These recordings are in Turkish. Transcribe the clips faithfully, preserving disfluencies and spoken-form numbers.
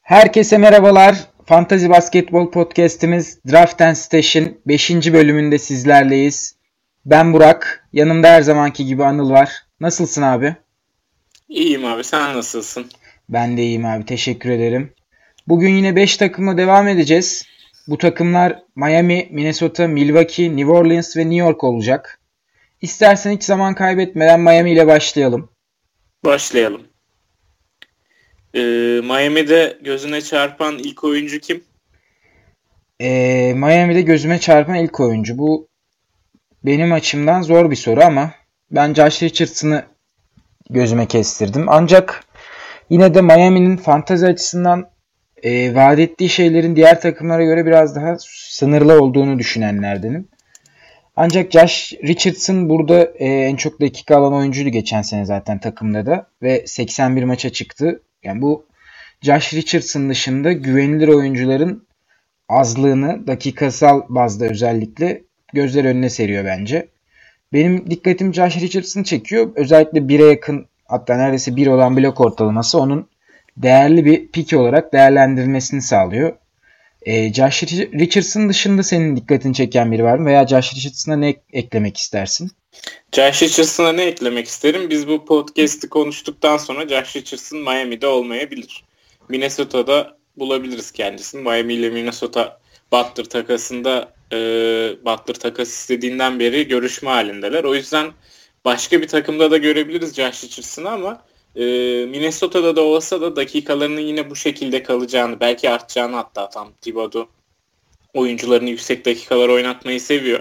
Herkese merhabalar. Fantasy Basketbol Podcast'imiz Draft and Stash'in beşinci bölümünde sizlerleyiz. Ben Burak. Yanımda her zamanki gibi Anıl var. Nasılsın abi? İyiyim abi. Sen nasılsın? Ben de iyiyim abi. Teşekkür ederim. Bugün yine beş takımla devam edeceğiz. Bu takımlar Miami, Minnesota, Milwaukee, New Orleans ve New York olacak. İstersen hiç zaman kaybetmeden Miami ile başlayalım. Başlayalım. Ee, Miami'de gözüne çarpan ilk oyuncu kim? Ee, Miami'de gözüme çarpan ilk oyuncu. Bu benim açımdan zor bir soru ama ben Josh Richardson'ı gözüme kestirdim. Ancak yine de Miami'nin fantezi açısından e, vaat ettiği şeylerin diğer takımlara göre biraz daha sınırlı olduğunu düşünenlerdenim. Ancak Josh Richardson burada e, en çok dakika alan oyuncuydu geçen sene zaten takımda da ve seksen bir maça çıktı. Yani bu Josh Richardson dışında güvenilir oyuncuların azlığını dakikasal bazda özellikle gözler önüne seriyor bence. Benim dikkatim Josh Richardson çekiyor. Özellikle bire yakın, hatta neredeyse bir olan blok ortalaması onun değerli bir pik olarak değerlendirilmesini sağlıyor. Ee, Josh Richardson dışında senin dikkatini çeken biri var mı? Veya Josh Richardson'a ne eklemek istersin? Josh Richardson'a ne eklemek isterim? Biz bu podcast'i konuştuktan sonra Josh Richardson Miami'de olmayabilir. Minnesota'da bulabiliriz kendisini. Miami ile Minnesota Butler takasında e, Butler takas istediğinden beri görüşme halindeler. O yüzden başka bir takımda da görebiliriz Josh Richardson'ı ama e, Minnesota'da da olsa da dakikalarının yine bu şekilde kalacağını, belki artacağını, hatta tam Thibodeau oyuncularını yüksek dakikalar oynatmayı seviyor.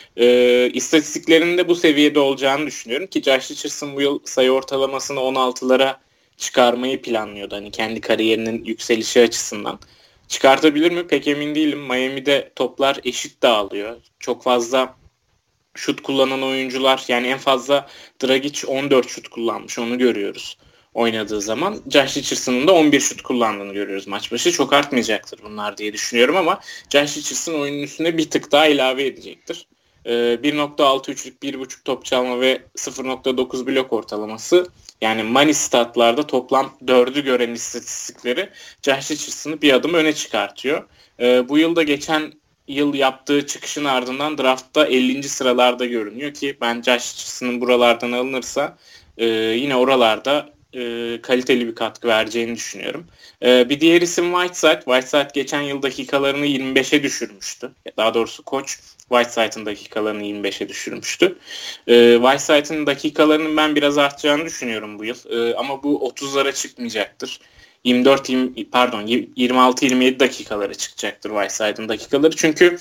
E, istatistiklerinin de bu seviyede olacağını düşünüyorum ki Josh Richardson bu yıl sayı ortalamasını on altılara çıkarmayı planlıyordu. Hani kendi kariyerinin yükselişi açısından. Çıkartabilir mi? Pek emin değilim. Miami'de toplar eşit dağılıyor. Çok fazla şut kullanan oyuncular, yani en fazla Dragic on dört şut kullanmış. Onu görüyoruz oynadığı zaman. Josh Richardson'ın da on bir şut kullandığını görüyoruz maç başı. Çok artmayacaktır bunlar diye düşünüyorum ama Josh Richardson oyunun üstüne bir tık daha ilave edecektir. bir nokta altı üçlük bir buçuk top çalma ve sıfır nokta dokuz blok ortalaması, yani money statlarda toplam dördü gören istatistikleri Josh Richardson'ı bir adım öne çıkartıyor. Bu yılda geçen yıl yaptığı çıkışın ardından draftta ellinci sıralarda görünüyor ki ben Josh Richardson'ın buralardan alınırsa yine oralarda kaliteli bir katkı vereceğini düşünüyorum. Bir diğer isim Whiteside. Whiteside geçen yıl dakikalarını yirmi beşe düşürmüştü. Daha doğrusu koç Whiteside'ın dakikalarını yirmi beşe düşürmüştü. Whiteside'ın dakikalarının ben biraz artacağını düşünüyorum bu yıl. Ama bu otuzlara çıkmayacaktır. yirmi dört yirmi, pardon yirmi altı yirmi yedi dakikalara çıkacaktır Whiteside'ın dakikaları. Çünkü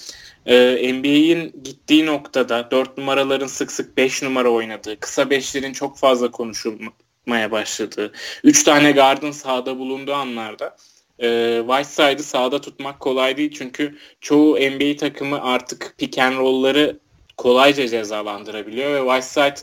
N B A'in gittiği noktada dört numaraların sık sık beş numara oynadığı, kısa beşlerin çok fazla konuşulmaya başladığı, üç tane guard'ın sahada bulunduğu anlarda e, Whiteside'ı sahada tutmak kolay değil. Çünkü çoğu N B A takımı artık pick and roll'ları kolayca cezalandırabiliyor ve Whiteside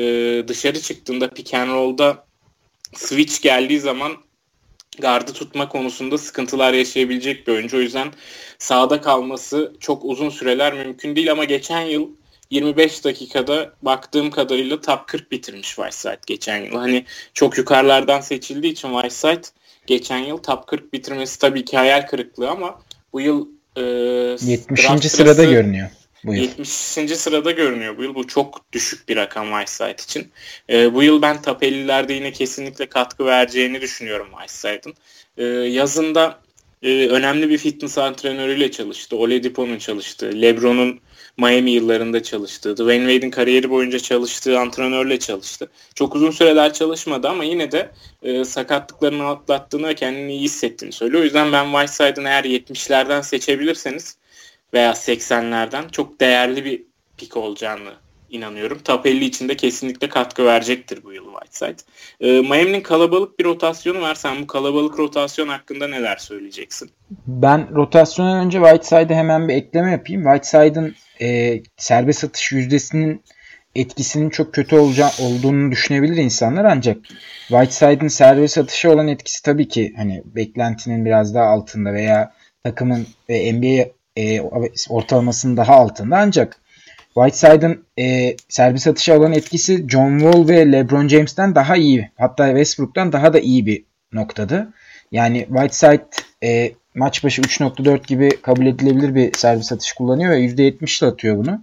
e, dışarı çıktığında pick and roll'da switch geldiği zaman gardı tutma konusunda sıkıntılar yaşayabilecek bir oyuncu. O yüzden sahada kalması çok uzun süreler mümkün değil ama geçen yıl yirmi beş dakikada baktığım kadarıyla top kırk bitirmiş Whiteside geçen yıl. Hani çok yukarılardan seçildiği için Whiteside geçen yıl top kırk bitirmesi tabii ki hayal kırıklığı ama bu yıl e, yetmişinci sırada görünüyor. Bu yıl. yetmişinci sırada görünüyor bu yıl. Bu çok düşük bir rakam Whiteside için. E, bu yıl ben top ellilerde yine kesinlikle katkı vereceğini düşünüyorum Whiteside'ın. E, yazında e, önemli bir fitness antrenörüyle çalıştı. Oladipo'nun çalıştığı, LeBron'un Miami yıllarında çalıştığı, Dwayne Wade'in kariyeri boyunca çalıştığı antrenörle çalıştı. Çok uzun süreler çalışmadı ama yine de e, sakatlıklarını atlattığını ve kendini iyi hissettiğini söylüyor. O yüzden ben Whiteside'ın eğer yetmişlerden seçebilirseniz veya seksenlerden çok değerli bir pik olacağını inanıyorum. Top elli için de kesinlikle katkı verecektir bu yıl Whiteside. Ee, Miami'nin kalabalık bir rotasyonu var. Sen bu kalabalık rotasyon hakkında neler söyleyeceksin? Ben rotasyondan önce Whiteside'e hemen bir ekleme yapayım. Whiteside'ın e, serbest atış yüzdesinin etkisinin çok kötü olacağı, olduğunu düşünebilir insanlar ancak Whiteside'ın serbest atışa olan etkisi tabii ki hani beklentinin biraz daha altında veya takımın e, N B A e, ortalamasının daha altında ancak Whiteside'ın e, serbest atışa olan etkisi John Wall ve LeBron James'ten daha iyi, hatta Westbrook'tan daha da iyi bir noktada. Yani Whiteside e, maç başı üç nokta dört gibi kabul edilebilir bir servis atış kullanıyor ve yüzde yetmiş ile atıyor bunu.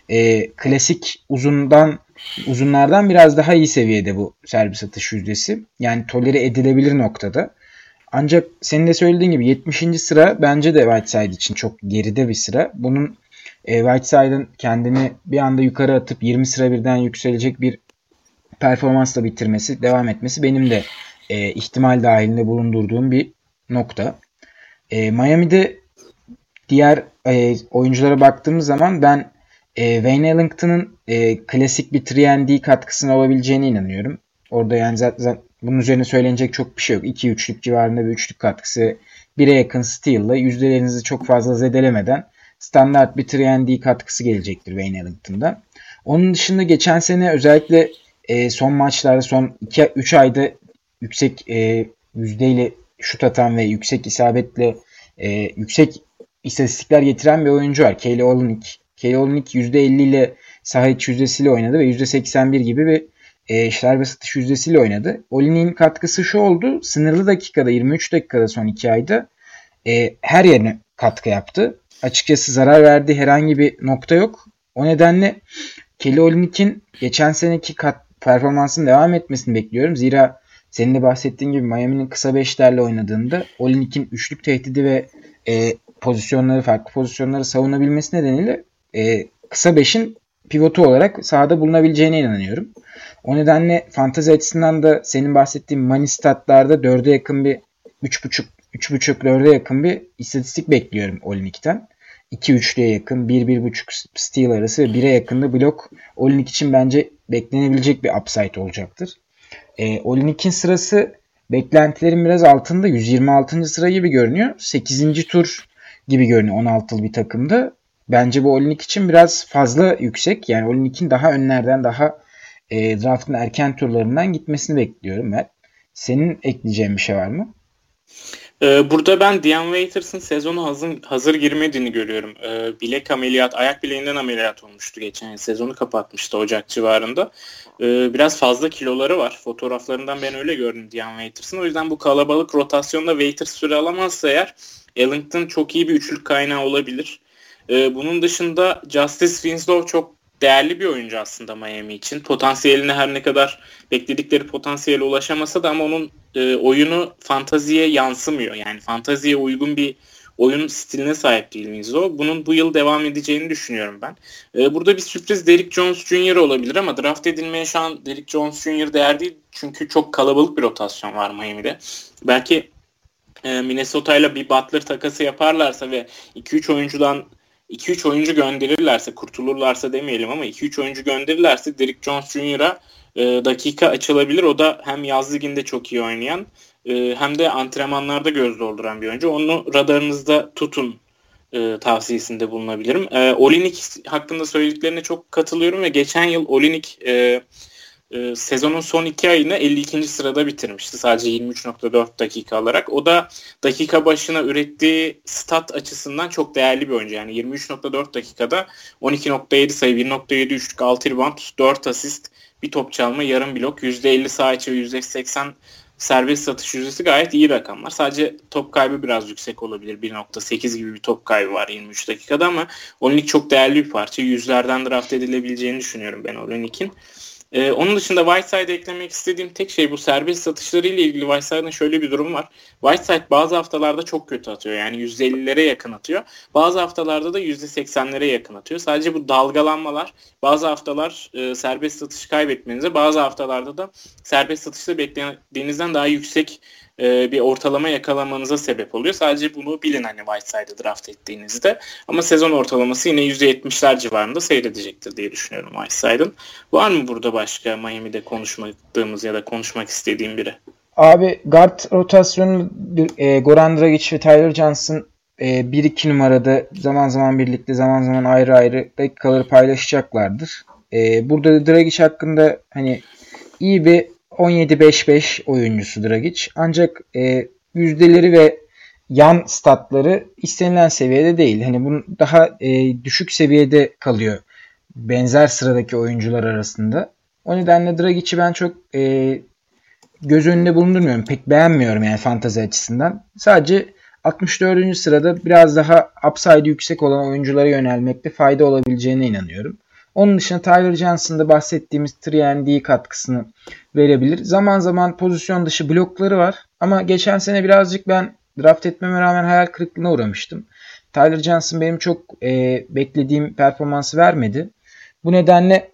E, klasik uzundan uzunlardan biraz daha iyi seviyede bu servis atış yüzdesi. Yani tolere edilebilir noktada. Ancak senin de söylediğin gibi yetmişinci sıra bence de Whiteside için çok geride bir sıra. Bunun e, Whiteside'ın kendini bir anda yukarı atıp yirmi sıra birden yükselecek bir performansla bitirmesi, devam etmesi benim de e, ihtimal dahilinde bulundurduğum bir nokta. E, Miami'de diğer e, oyunculara baktığımız zaman ben e, Wayne Ellington'ın e, klasik bir üç and D katkısının olabileceğine inanıyorum. Orada yani zaten bunun üzerine söylenecek çok bir şey yok. iki üçlük civarında bir üçlük katkısı, bire yakın steal'la yüzdelerinizi çok fazla zedelemeden standart bir üç and D katkısı gelecektir Wayne Ellington'dan. Onun dışında geçen sene özellikle e, son maçlarda son iki üç ayda yüksek e, yüzdeyle şut atan ve yüksek isabetle e, yüksek istatistikler getiren bir oyuncu var. Kelly Olynyk. Kelly Olynyk yüzde elli ile saha içi yüzdesiyle oynadı ve yüzde seksen bir gibi bir e, serbest atış yüzdesiyle oynadı. Olynyk'in katkısı şu oldu. Sınırlı dakikada yirmi üç dakikada son iki ayda e, her yerine katkı yaptı. Açıkçası zarar verdiği herhangi bir nokta yok. O nedenle Kelly Olynyk'in geçen seneki kat, performansının devam etmesini bekliyorum. Zira senin de bahsettiğin gibi Miami'nin kısa beşlerle oynadığında Olynyk'in üçlük tehdidi ve e, pozisyonları, farklı pozisyonları savunabilmesi nedeniyle e, kısa beşin pivotu olarak sahada bulunabileceğine inanıyorum. O nedenle fantezi açısından da senin bahsettiğin money statlarda dörde yakın bir üç buçuk üç buçuk dörde yakın bir istatistik bekliyorum Olynyk'ten. iki üçlüye yakın, bir bir buçuk steal arası ve bire yakın da blok Olynyk için bence beklenebilecek bir upside olacaktır. E, Olynyk'in sırası beklentilerin biraz altında, yüz yirmi altıncı sıra gibi görünüyor. sekizinci tur gibi görünüyor on altılı bir takımda. Bence bu Olynyk için biraz fazla yüksek. Yani Olynyk'in daha önlerden, daha e, draftın erken turlarından gitmesini bekliyorum ben. Senin ekleyeceğin bir şey var mı? Ee, burada ben Dion Waiters'ın sezonu hazır, hazır girmediğini görüyorum. Ee, bilek ameliyat, ayak bileğinden ameliyat olmuştu geçen yıl. Sezonu kapatmıştı Ocak civarında. Ee, biraz fazla kiloları var. Fotoğraflarından ben öyle gördüm Dion Waiters'ın. O yüzden bu kalabalık rotasyonda Waiters süre alamazsa eğer Ellington çok iyi bir üçlük kaynağı olabilir. Ee, bunun dışında Justice Winslow çok değerli bir oyuncu aslında Miami için. Potansiyeline her ne kadar bekledikleri potansiyele ulaşamasa da ama onun e, oyunu fantaziye yansımıyor. Yani fantaziye uygun bir oyun stiline sahip değil Winslow. Bunun bu yıl devam edeceğini düşünüyorum ben. E, burada bir sürpriz Derrick Jones Junior olabilir ama draft edilmeye şu an Derrick Jones Junior değer değil. Çünkü çok kalabalık bir rotasyon var Miami'de. Belki e, Minnesota ile bir Butler takası yaparlarsa ve iki üç oyuncudan iki üç oyuncu gönderirlerse, kurtulurlarsa demeyelim ama iki üç oyuncu gönderirlerse Derrick Jones Junior'a e, dakika açılabilir. O da hem yaz liginde çok iyi oynayan e, hem de antrenmanlarda göz dolduran bir oyuncu. Onu radarınızda tutun e, tavsiyesinde bulunabilirim. E, Olynyk hakkında söylediklerine çok katılıyorum ve geçen yıl Olynyk e, e, sezonun son iki ayını elli ikinci sırada bitirmişti. Sadece yirmi üç nokta dört dakika alarak. O da dakika başına ürettiği stat açısından çok değerli bir oyuncu. Yani yirmi üç nokta dört dakikada on iki nokta yedi sayı, bir nokta yedi üçlük, altı rebound, dört asist, bir top çalma, yarım blok, yüzde elli saha içi ve yüzde seksen serbest satış yüzdesi gayet iyi rakamlar. Sadece top kaybı biraz yüksek olabilir. bir nokta sekiz gibi bir top kaybı var yirmi üç dakikada ama Olynyk çok değerli bir parça. Yüzlerden draft edilebileceğini düşünüyorum ben Olynyk'in. Ee, onun dışında Whiteside'e eklemek istediğim tek şey bu serbest satışları ile ilgili. Whiteside'ın şöyle bir durum var. Whiteside bazı haftalarda çok kötü atıyor. Yani yüzde ellilere yakın atıyor. Bazı haftalarda da yüzde seksenlere yakın atıyor. Sadece bu dalgalanmalar bazı haftalar e, serbest satış kaybetmenize, bazı haftalarda da serbest satışta beklediğinizden daha yüksek e, bir ortalama yakalamanıza sebep oluyor. Sadece bunu bilin hani Whiteside'ı draft ettiğinizde. Ama sezon ortalaması yine yüzde yetmişler civarında seyredecektir diye düşünüyorum Whiteside'ın. Var mı burada başka Miami'de konuşmadığımız ya da konuşmak istediğim biri? Abi guard rotasyonu e, Goran Dragic ve Tyler Johnson e, bir iki numarada zaman zaman birlikte zaman zaman ayrı ayrı dakikaları paylaşacaklardır. E, burada Dragic hakkında hani iyi bir on yedi beş beş oyuncusu Dragic. Ancak e, yüzdeleri ve yan statları istenilen seviyede değil. Hani bunun daha e, düşük seviyede kalıyor benzer sıradaki oyuncular arasında. O nedenle Dragic'i ben çok e, göz önünde bulundurmuyorum. Pek beğenmiyorum yani fantazi açısından. Sadece altmış dördüncü sırada biraz daha upside yüksek olan oyunculara yönelmekte fayda olabileceğine inanıyorum. Onun dışında Tyler Johnson'da bahsettiğimiz üç and D katkısını verebilir. Zaman zaman pozisyon dışı blokları var. Ama geçen sene birazcık ben draft etmeme rağmen hayal kırıklığına uğramıştım. Tyler Johnson benim çok e, beklediğim performansı vermedi. Bu nedenle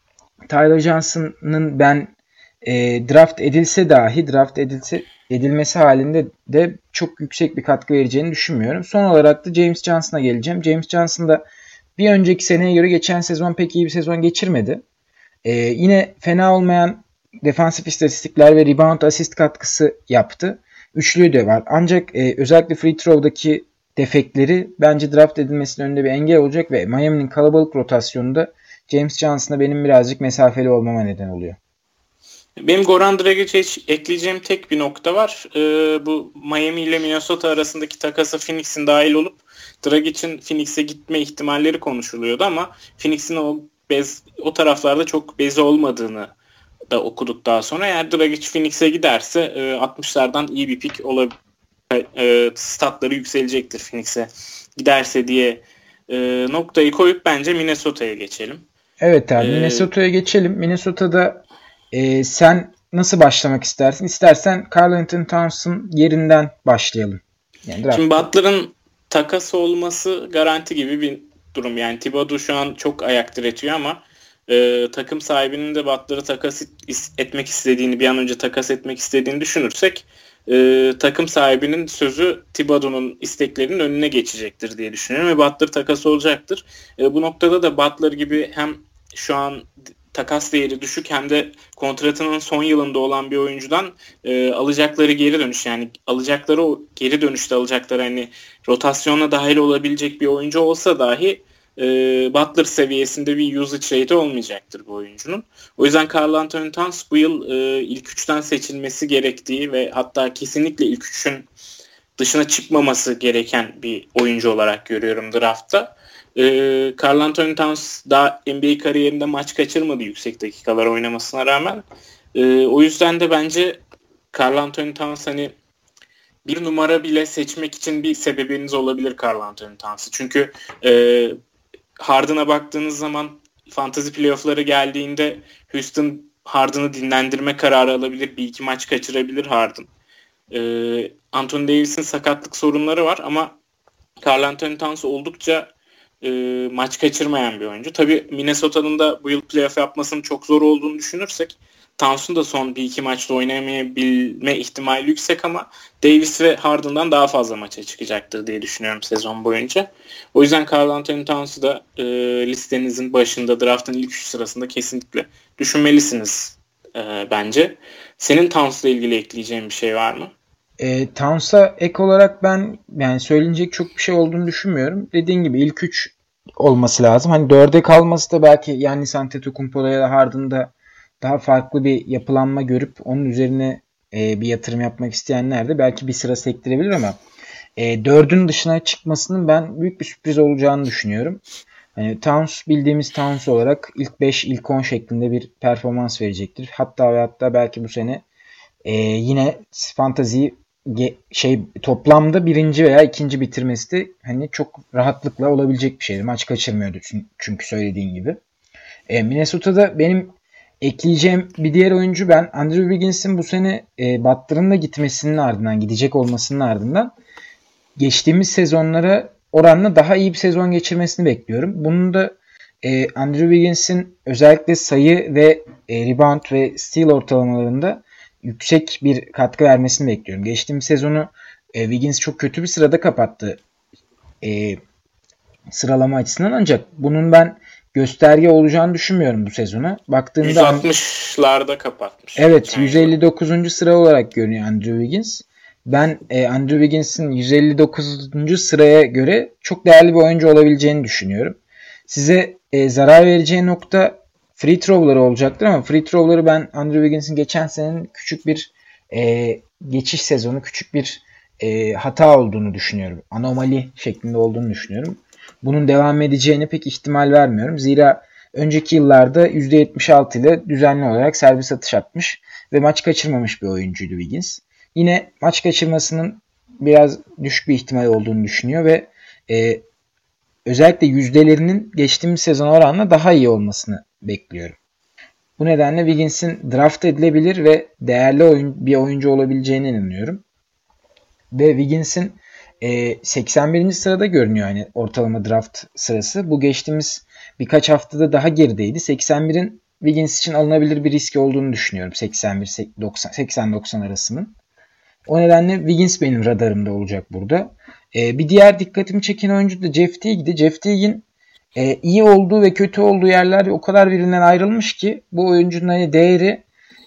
Tyler Johnson'ın ben e, draft edilse dahi draft edilse edilmesi halinde de çok yüksek bir katkı vereceğini düşünmüyorum. Son olarak da James Johnson'a geleceğim. James Johnson da bir önceki seneye göre geçen sezon pek iyi bir sezon geçirmedi. Ee, yine fena olmayan defansif istatistikler ve rebound asist katkısı yaptı. Üçlüğü de var. Ancak e, özellikle free throw'daki defekleri bence draft edilmesinin önünde bir engel olacak ve Miami'nin kalabalık rotasyonunda James Johnson'a benim birazcık mesafeli olmama neden oluyor. Benim Goran Dragic'e ekleyeceğim tek bir nokta var. Ee, bu Miami ile Minnesota arasındaki takası Phoenix'in dahil olup Dragic'in Phoenix'e gitme ihtimalleri konuşuluyordu ama Phoenix'in o bez o taraflarda çok bezi olmadığını da okuduk daha sonra. Eğer Dragic Phoenix'e giderse e, altmışlardan iyi bir pick olabilir. E, statları yükselecektir Phoenix'e giderse diye e, noktayı koyup bence Minnesota'ya geçelim. Evet abi, ee, Minnesota'ya geçelim. Minnesota'da e, sen nasıl başlamak istersin? İstersen Karl-Anthony Towns'un yerinden başlayalım. Yani şimdi Butler'ın takas olması garanti gibi bir durum. Yani Thibodeau şu an çok ayak diretiyor ama e, takım sahibinin de Butler'ı takas etmek istediğini, bir an önce takas etmek istediğini düşünürsek e, takım sahibinin sözü Thibodeau'nun isteklerinin önüne geçecektir diye düşünüyorum ve Butler takası olacaktır. E, bu noktada da Butler gibi hem şu an takas değeri düşük hem de kontratının son yılında olan bir oyuncudan e, alacakları geri dönüş, yani alacakları o geri dönüşte alacakları hani rotasyona dahil olabilecek bir oyuncu olsa dahi e, Butler seviyesinde bir usage rate olmayacaktır bu oyuncunun. O yüzden Karl-Anthony Towns bu yıl e, ilk üçten seçilmesi gerektiği ve hatta kesinlikle ilk üçün dışına çıkmaması gereken bir oyuncu olarak görüyorum draftta. Ee, Karl-Anthony Towns daha N B A kariyerinde maç kaçırmadı yüksek dakikalar oynamasına rağmen. Ee, o yüzden de bence Karl-Anthony Towns hani bir numara bile seçmek için bir sebebiniz olabilir Karl-Anthony Towns'ı. Çünkü e, Harden'a baktığınız zaman fantasy playoff'ları geldiğinde Houston Harden'ı dinlendirme kararı alabilir. Bir iki maç kaçırabilir Harden. Ee, Anthony Davis'in sakatlık sorunları var ama Karl-Anthony Towns oldukça E, maç kaçırmayan bir oyuncu. Tabii Minnesota'nın da bu yıl playoff yapmasının çok zor olduğunu düşünürsek Towns'un da son bir iki maçta oynayamayabilme ihtimali yüksek ama Davis ve Harden'dan daha fazla maça çıkacaktır diye düşünüyorum sezon boyunca. O yüzden Karl-Anthony Towns'u da e, listenizin başında, draft'ın ilk üç sırasında kesinlikle düşünmelisiniz e, bence. Senin Towns'la ilgili ekleyeceğin bir şey var mı? E, Towns'a ek olarak ben yani söylenecek çok bir şey olduğunu düşünmüyorum. Dediğin gibi ilk üç olması lazım. Hani dörde kalması da belki Giannis Antetokounmpo'da ya da Harden'da daha farklı bir yapılanma görüp onun üzerine e, bir yatırım yapmak isteyenler de belki bir sıra sektirebilir ama e, dördün dışına çıkmasının ben büyük bir sürpriz olacağını düşünüyorum. Yani Towns bildiğimiz Towns olarak ilk beş, ilk on şeklinde bir performans verecektir. Hatta ve hatta belki bu sene e, yine fantaziyi şey toplamda birinci veya ikinci bitirmesi de hani çok rahatlıkla olabilecek bir şeydi. Maç kaçırmıyordu çünkü söylediğin gibi. E, Minnesota'da benim ekleyeceğim bir diğer oyuncu, ben Andrew Wiggins'in bu sene e, Butler'ın da gitmesinin ardından, gidecek olmasının ardından geçtiğimiz sezonlara oranla daha iyi bir sezon geçirmesini bekliyorum. Bunun da e, Andrew Wiggins'in özellikle sayı ve e, rebound ve steal ortalamalarında yüksek bir katkı vermesini bekliyorum. Geçtiğimiz sezonu e, Wiggins çok kötü bir sırada kapattı e, sıralama açısından, ancak bunun ben gösterge olacağını düşünmüyorum bu sezona. Baktığımda yüz altmışlarda kapatmış. Evet, yüz elli dokuzuncu sıra olarak görünüyor Andrew Wiggins. Ben e, Andrew Wiggins'in yüz elli dokuzuncu sıraya göre çok değerli bir oyuncu olabileceğini düşünüyorum. Size e, zarar vereceği nokta free throw'ları olacaktır ama free throw'ları ben Andrew Wiggins'in geçen senenin küçük bir e, geçiş sezonu, küçük bir e, hata olduğunu düşünüyorum. Anomali şeklinde olduğunu düşünüyorum. Bunun devam edeceğine pek ihtimal vermiyorum. Zira önceki yıllarda yüzde yetmiş altı ile düzenli olarak serbest atış atmış ve maç kaçırmamış bir oyuncuydu Wiggins. Yine maç kaçırmasının biraz düşük bir ihtimal olduğunu düşünüyor ve e, özellikle yüzdelerinin geçtiğimiz sezon oranla daha iyi olmasını bekliyorum. Bu nedenle Wiggins'in draft edilebilir ve değerli oyun, bir oyuncu olabileceğine inanıyorum. Ve Wiggins'in e, seksen birinci sırada görünüyor yani ortalama draft sırası. Bu geçtiğimiz birkaç haftada daha gerideydi. seksen birin Wiggins için alınabilir bir risk olduğunu düşünüyorum. seksen bir seksen doksan arasının. O nedenle Wiggins benim radarımda olacak burada. E, bir diğer dikkatimi çeken oyuncu da Jeff Teague'di. Jeff Teague'in e, iyi olduğu ve kötü olduğu yerler o kadar birbirinden ayrılmış ki bu oyuncunun hani değeri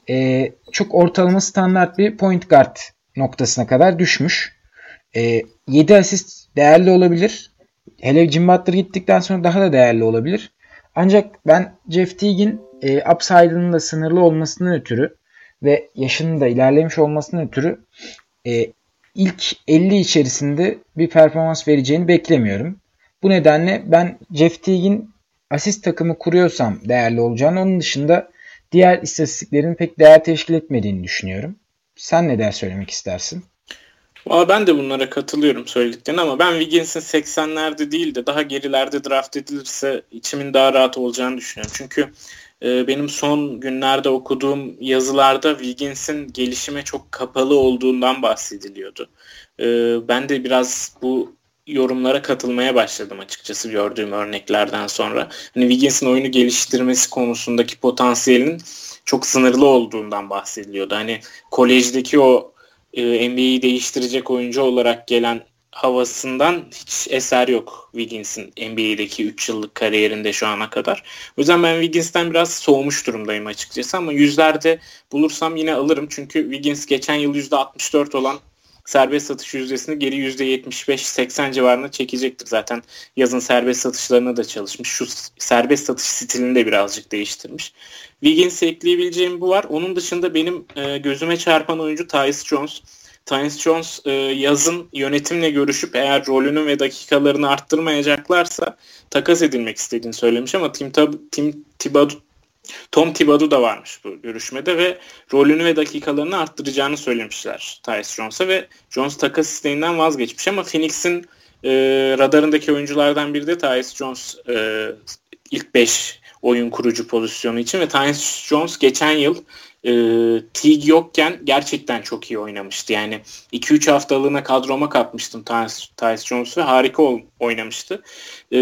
e, çok ortalama standart bir point guard noktasına kadar düşmüş. E, yedi asist değerli olabilir. Hele Jim Butler gittikten sonra daha da değerli olabilir. Ancak ben Jeff Teague'in e, upside'ının da sınırlı olmasından ötürü ve yaşının da ilerlemiş olmasından ötürü e, ilk elli içerisinde bir performans vereceğini beklemiyorum. Bu nedenle ben Jeff Teague'in asist takımı kuruyorsam değerli olacağını, onun dışında diğer istatistiklerin pek değer teşkil etmediğini düşünüyorum. Sen ne der söylemek istersin? Valla ben de bunlara katılıyorum söylediklerine ama ben Wiggins'in seksenlerde değil de daha gerilerde draft edilirse içimin daha rahat olacağını düşünüyorum. Çünkü e, benim son günlerde okuduğum yazılarda Wiggins'in gelişime çok kapalı olduğundan bahsediliyordu. E, ben de biraz bu yorumlara katılmaya başladım açıkçası gördüğüm örneklerden sonra. Hani Wiggins'in oyunu geliştirmesi konusundaki potansiyelinin çok sınırlı olduğundan bahsediliyordu. Hani kolejdeki o N B A'yi değiştirecek oyuncu olarak gelen havasından hiç eser yok Wiggins'in N B A'deki üç yıllık kariyerinde şu ana kadar. O yüzden ben Wiggins'ten biraz soğumuş durumdayım açıkçası ama yüzlerde bulursam yine alırım. Çünkü Wiggins geçen yıl yüzde altmış dört olan serbest satış yüzdesini geri yüzde yetmiş beş seksen civarına çekecektir. Zaten yazın serbest satışlarına da çalışmış. Şu serbest satış stilini de birazcık değiştirmiş. Wiggins'e ekleyebileceğim bu var. Onun dışında benim e, gözüme çarpan oyuncu Tyus Jones. Tyus Jones e, yazın yönetimle görüşüp eğer rolünü ve dakikalarını arttırmayacaklarsa takas edilmek istediğini söylemiş ama Tim, Tab- Tim Thibodeau, Tom Thibodeau da varmış bu görüşmede ve rolünü ve dakikalarını arttıracağını söylemişler Tyus Jones'a ve Jones takas isteğinden vazgeçmiş ama Phoenix'in e, radarındaki oyunculardan biri de Tyus Jones e, ilk beş oyun kurucu pozisyonu için ve Tyus Jones geçen yıl e, Teague yokken gerçekten çok iyi oynamıştı. Yani iki üç haftalığına kadroma katmıştım Tyus, Tyus Jones ve harika oynamıştı. E,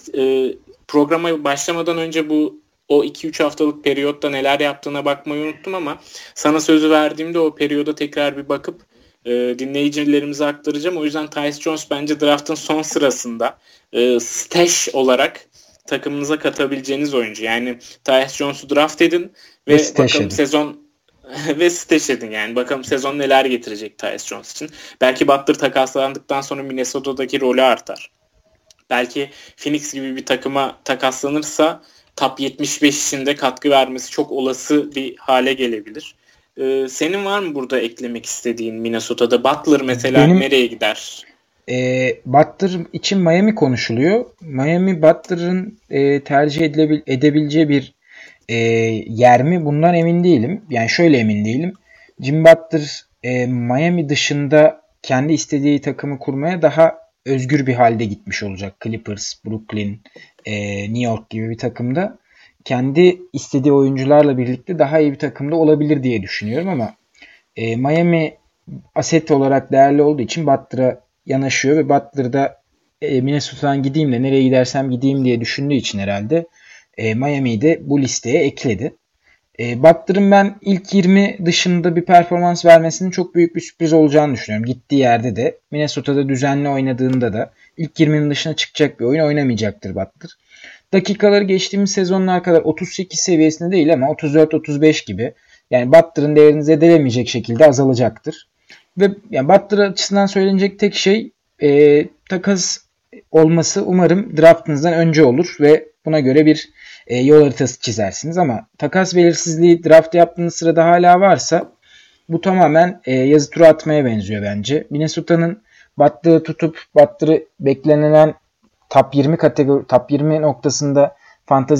e, programa başlamadan önce bu o iki üç haftalık periyotta neler yaptığına bakmayı unuttum ama sana sözü verdiğimde o periyoda tekrar bir bakıp e, dinleyicilerimize aktaracağım. O yüzden Tyus Jones bence draftın son sırasında e, stash olarak takımınıza katabileceğiniz oyuncu. Yani Tyus Jones'u draft edin ve, ve bakalım edin. sezon ve stash edin yani. Bakalım sezon neler getirecek Tyus Jones için. Belki Butler takaslandıktan sonra Minnesota'daki rolü artar. Belki Phoenix gibi bir takıma takaslanırsa top yetmiş beş içinde katkı vermesi çok olası bir hale gelebilir. Ee, senin var mı burada eklemek istediğin Minnesota'da? Butler mesela Benim... nereye gider? E, Butler için Miami konuşuluyor. Miami Butler'ın e, tercih edilebil- edebileceği bir e, yer mi? Bundan emin değilim. Yani şöyle emin değilim. Jim Butler e, Miami dışında kendi istediği takımı kurmaya daha özgür bir halde gitmiş olacak. Clippers, Brooklyn, e, New York gibi bir takımda kendi istediği oyuncularla birlikte daha iyi bir takımda olabilir diye düşünüyorum ama e, Miami aset olarak değerli olduğu için Butler'a yanaşıyor ve Butler'da e, Minnesota'dan gideyim de nereye gidersem gideyim diye düşündüğü için herhalde e, Miami'yi de bu listeye ekledi. E, Butler'ın ben ilk yirmi dışında bir performans vermesinin çok büyük bir sürpriz olacağını düşünüyorum. Gittiği yerde de Minnesota'da düzenli oynadığında da ilk yirminin dışına çıkacak bir oyun oynamayacaktır Butler. Dakikaları geçtiğimiz sezonlar kadar otuz sekiz seviyesinde değil ama otuz dört otuz beş gibi. Yani Butler'ın değerini zedelemeyecek şekilde azalacaktır. Ve yani Butler açısından söylenecek tek şey e, takas olması umarım draftınızdan önce olur ve buna göre bir e, yol haritası çizersiniz. Ama takas belirsizliği draft yaptığınız sırada hala varsa bu tamamen e, yazı tura atmaya benziyor bence. Minnesota'nın Butler'ı tutup Butler'ı beklenilen top yirmi kategori top yirmi noktasında fantazi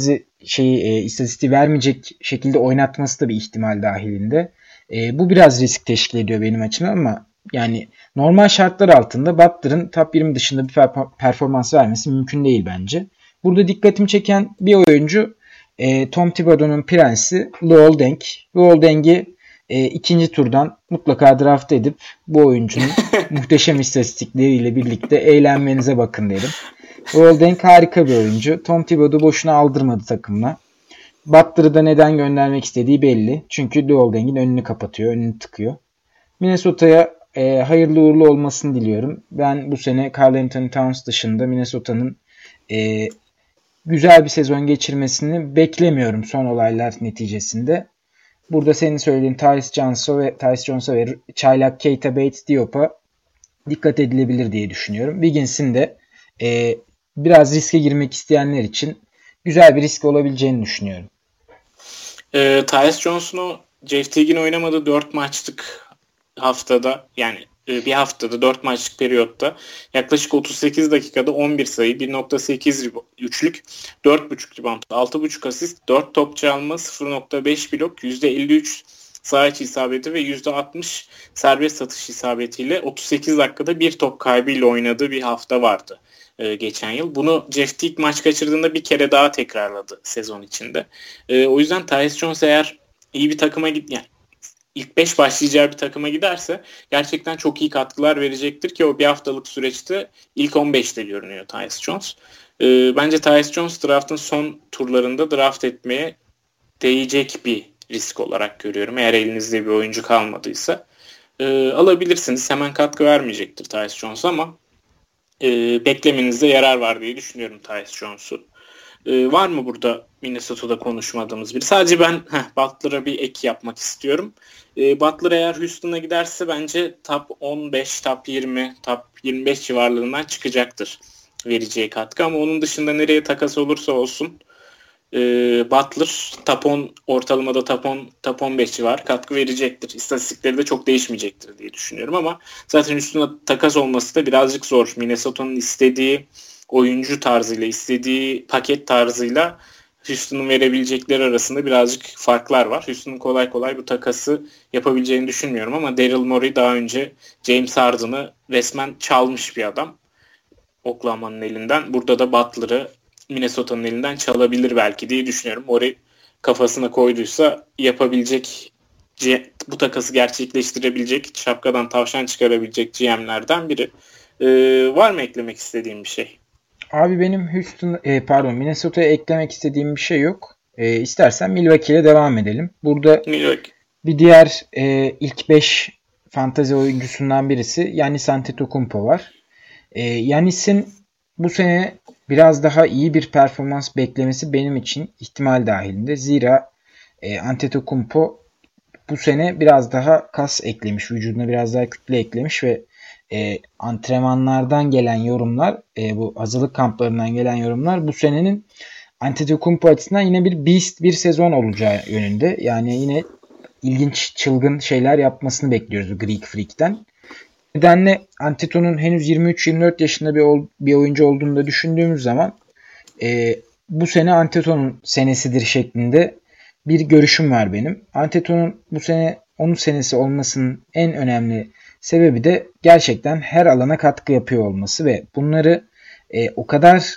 şeyi e, istatistiği vermeyecek şekilde oynatması da bir ihtimal dahilinde. E, bu biraz risk teşkil ediyor benim açımdan ama yani normal şartlar altında Butler'ın top yirmi dışında bir performans vermesi mümkün değil bence. Burada dikkatimi çeken bir oyuncu e, Tom Thibodeau'nun prensi Luol Deng. Luol Deng'i e, ikinci turdan mutlaka draft edip bu oyuncunun muhteşem istatistikleriyle birlikte eğlenmenize bakın derim. Luol Deng harika bir oyuncu. Tom Thibodeau boşuna aldırmadı takımına. Butler'ı da neden göndermek istediği belli. Çünkü Luol Deng'in önünü kapatıyor, önünü tıkıyor. Minnesota'ya e, hayırlı uğurlu olmasını diliyorum. Ben bu sene Karl Anthony Towns dışında Minnesota'nın e, güzel bir sezon geçirmesini beklemiyorum son olaylar neticesinde. Burada senin söylediğin Tyus Jones'a ve Tyus Jones'a ve çaylak Keita Bates-Diop'a dikkat edilebilir diye düşünüyorum. Wiggins'in de e, biraz riske girmek isteyenler için güzel bir risk olabileceğini düşünüyorum. E, Tyus Jones'un o Jeff Teague'in oynamadığı dört maçlık haftada yani bir haftada dört maçlık periyotta yaklaşık otuz sekiz dakikada on bir sayı, bir nokta sekiz üçlük, dört buçuk rebound, altı buçuk asist, dört top çalma, sıfır nokta beş blok, yüzde elli üç sağ içi isabeti ve yüzde altmış serbest atış isabetiyle otuz sekiz dakikada bir top kaybıyla oynadığı bir hafta vardı e, geçen yıl. Bunu Jeff Teague maç kaçırdığında bir kere daha tekrarladı sezon içinde. E, o yüzden Tyus Jones eğer iyi bir takıma git yani ilk beş başlayacağı bir takıma giderse gerçekten çok iyi katkılar verecektir ki o bir haftalık süreçte ilk on beşte görünüyor Tyus Jones. Ee, bence Tyus Jones draftın son turlarında draft etmeye değecek bir risk olarak görüyorum. Eğer elinizde bir oyuncu kalmadıysa e, alabilirsiniz. Hemen katkı vermeyecektir Tyus Jones ama e, beklemenizde yarar var diye düşünüyorum Tyus Jones'u. Ee, var mı burada Minnesota'da konuşmadığımız biri? Sadece ben heh, Butler'a bir ek yapmak istiyorum. Ee, Butler eğer Houston'a giderse bence top on beş, top yirmi, top yirmi beş civarlarından çıkacaktır vereceği katkı. Ama onun dışında nereye takas olursa olsun e, Butler top on ortalamada top on, top on beş civar katkı verecektir. İstatistikleri de çok değişmeyecektir diye düşünüyorum ama zaten Houston'a takas olması da birazcık zor. Minnesota'nın istediği oyuncu tarzıyla, istediği paket tarzıyla Houston'un verebilecekleri arasında birazcık farklar var. Houston'un kolay kolay bu takası yapabileceğini düşünmüyorum ama Daryl Morey daha önce James Harden'ı resmen çalmış bir adam Oklahoma'nın elinden. Burada da Butler'ı Minnesota'nın elinden çalabilir belki diye düşünüyorum. Morey kafasına koyduysa yapabilecek, bu takası gerçekleştirebilecek, şapkadan tavşan çıkarabilecek G M'lerden biri. Ee, var mı eklemek istediğim bir şey? Abi benim Houston, e, pardon Minnesota'ya eklemek istediğim bir şey yok. E, istersen Milwaukee ile devam edelim. Burada Milwaukee. bir diğer e, ilk beş fantezi oyuncusundan birisi Giannis Antetokounmpo var. E, Giannis'in bu sene biraz daha iyi bir performans beklemesi benim için ihtimal dahilinde. Zira e, Antetokounmpo bu sene biraz daha kas eklemiş, vücuduna biraz daha kütle eklemiş ve E, antrenmanlardan gelen yorumlar, e, bu hazırlık kamplarından gelen yorumlar bu senenin Antetokounmpo açısından yine bir beast bir sezon olacağı yönünde. Yani yine ilginç, çılgın şeyler yapmasını bekliyoruz bu Greek Freak'ten. Nedenle Anteto'nun henüz yirmi üç yirmi dört yaşında bir, bir oyuncu olduğunu da düşündüğümüz zaman e, bu sene Anteto'nun senesidir şeklinde bir görüşüm var benim. Anteto'nun bu sene onun senesi olmasının en önemli sebebi de gerçekten her alana katkı yapıyor olması ve bunları e, o kadar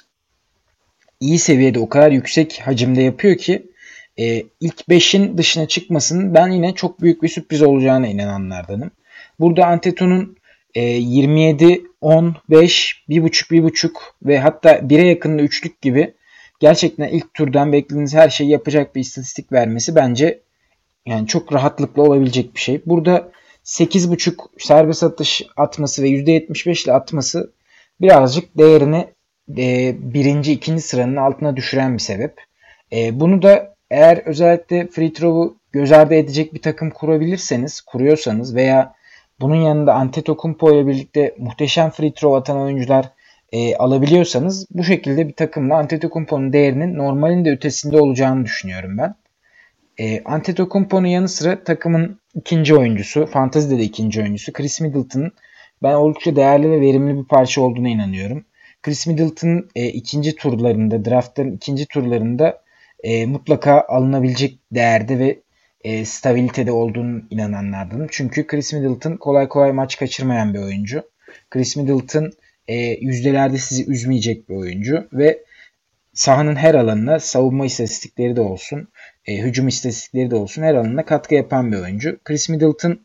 iyi seviyede, o kadar yüksek hacimde yapıyor ki e, ilk beşin dışına çıkmasının ben yine çok büyük bir sürpriz olacağına inananlardanım. Burada Anteto'nun e, yirmi yedi, on, beş, bir buçuk, bir buçuk ve hatta bire yakın üçlük gibi gerçekten ilk turdan beklediğiniz her şeyi yapacak bir istatistik vermesi bence yani çok rahatlıkla olabilecek bir şey. Burada sekiz buçuk serbest atış atması ve yüzde yetmiş beş ile atması birazcık değerini e, birinci, ikinci sıranın altına düşüren bir sebep. E, bunu da eğer özellikle free throw'u göz ardı edecek bir takım kurabilirseniz, kuruyorsanız veya bunun yanında Antetokounmpo ile birlikte muhteşem free throw atan oyuncular e, alabiliyorsanız bu şekilde bir takımla Antetokounmpo'nun değerinin normalin de ötesinde olacağını düşünüyorum ben. E, Antetokounmpo'nun yanı sıra takımın ikinci oyuncusu, fantezide de ikinci oyuncusu Chris Middleton'ın ben oldukça değerli ve verimli bir parça olduğuna inanıyorum. Chris Middleton e, ikinci turlarında, draftların ikinci turlarında e, mutlaka alınabilecek değerde ve e, stabilitede olduğunu inananlardanım. Çünkü Chris Middleton kolay kolay maç kaçırmayan bir oyuncu. Chris Middleton e, yüzdelerde sizi üzmeyecek bir oyuncu ve sahanın her alanına savunma istatistikleri de olsun, e, hücum istatistikleri de olsun her alanına katkı yapan bir oyuncu. Chris Middleton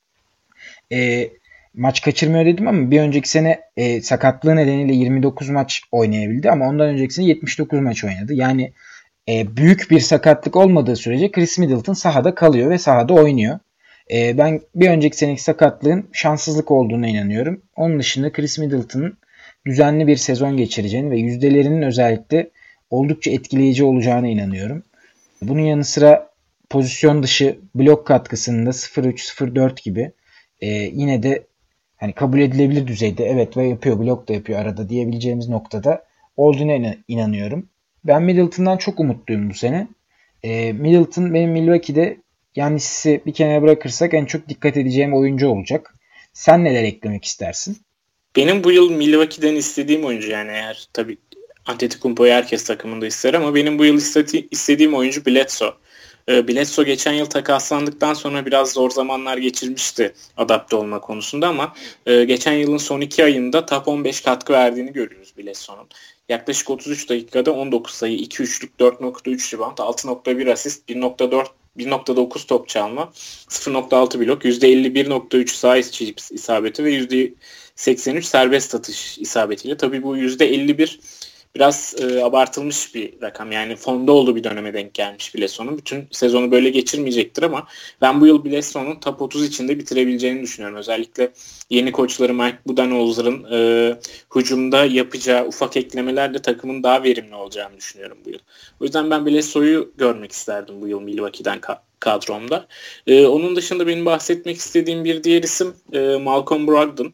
e, maç kaçırmıyor dedim ama bir önceki sene e, sakatlığı nedeniyle yirmi dokuz maç oynayabildi ama ondan önceki sene yetmiş dokuz maç oynadı. Yani e, büyük bir sakatlık olmadığı sürece Chris Middleton sahada kalıyor ve sahada oynuyor. E, ben bir önceki seneki sakatlığın şanssızlık olduğuna inanıyorum. Onun dışında Chris Middleton'ın düzenli bir sezon geçireceğini ve yüzdelerinin özellikle oldukça etkileyici olacağına inanıyorum. Bunun yanı sıra pozisyon dışı blok katkısında sıfır üç sıfır dört gibi e, yine de hani kabul edilebilir düzeyde evet ve yapıyor, blok da yapıyor arada diyebileceğimiz noktada olduğuna inanıyorum. Ben Middleton'dan çok umutluyum bu sene. E, Middleton benim Milwaukee'de Giannis'i bir kenara bırakırsak en çok dikkat edeceğim oyuncu olacak. Sen neler eklemek istersin? Benim bu yıl Milwaukee'den istediğim oyuncu, yani eğer tabii Antetokounmpo'yu herkes takımında ister ama benim bu yıl istedi- istediğim oyuncu Bledsoe. E, Bledsoe geçen yıl takaslandıktan sonra biraz zor zamanlar geçirmişti adapte olma konusunda ama e, geçen yılın son iki ayında top on beş katkı verdiğini görüyoruz Bledsoe'nun. Yaklaşık otuz üç dakikada on dokuz sayı, iki üçlük, dört nokta üç rebound, altı nokta bir asist, bir nokta dört bir nokta dokuz top çalma, sıfır nokta altı blok, yüzde elli bir nokta üç sağ içi isabeti ve yüzde seksen üç serbest atış isabetiyle. Tabii bu yüzde elli bir biraz e, abartılmış bir rakam. Yani fonda olduğu bir döneme denk gelmiş Bledsoe'nun. Bütün sezonu böyle geçirmeyecektir ama ben bu yıl Bledsoe'nun top otuz içinde bitirebileceğini düşünüyorum. Özellikle yeni koçları Mike Budenholzer'ın e, hücumda yapacağı ufak eklemelerle takımın daha verimli olacağını düşünüyorum bu yıl. O yüzden ben Bledsoe'yu görmek isterdim bu yıl Milwaukee'den ka- kadromda. E, onun dışında benim bahsetmek istediğim bir diğer isim e, Malcolm Brogdon.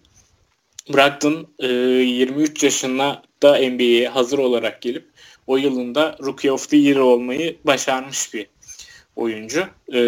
Brogdon e, yirmi üç yaşında da N B A'ye hazır olarak gelip o yılında Rookie of the Year olmayı başarmış bir oyuncu. E,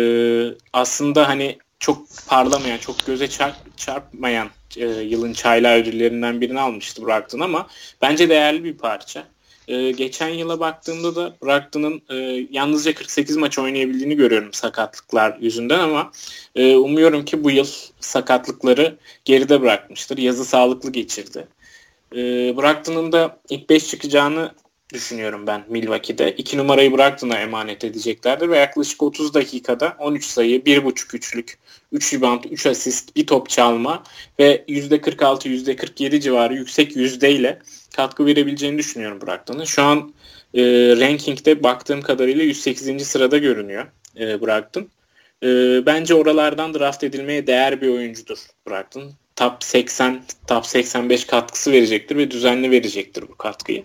aslında hani çok parlamayan, çok göze çarp, çarpmayan e, yılın çaylağı ödüllerinden birini almıştı Brogdon ama bence değerli bir parça. Ee, geçen yıla baktığımda da Brogdon'un e, yalnızca kırk sekiz maç oynayabildiğini görüyorum sakatlıklar yüzünden ama e, umuyorum ki bu yıl sakatlıkları geride bırakmıştır. Yazı sağlıklı geçirdi. E, Brogdon'un da ilk beş çıkacağını düşünüyorum ben Milwaukee'de. iki numarayı Brogdon'a emanet edeceklerdir ve yaklaşık otuz dakikada on üç sayı, bir buçuk üçlük, üç rebound, üç asist, bir top çalma ve yüzde kırk altı yüzde kırk yedi civarı yüksek yüzdeyle katkı verebileceğini düşünüyorum Brogdon'un. Şu an e, rankingde baktığım kadarıyla yüz sekizinci sırada görünüyor e, Brogdon. E, bence oralardan draft edilmeye değer bir oyuncudur Brogdon. Top seksen, top seksen beş katkısı verecektir ve düzenli verecektir bu katkıyı.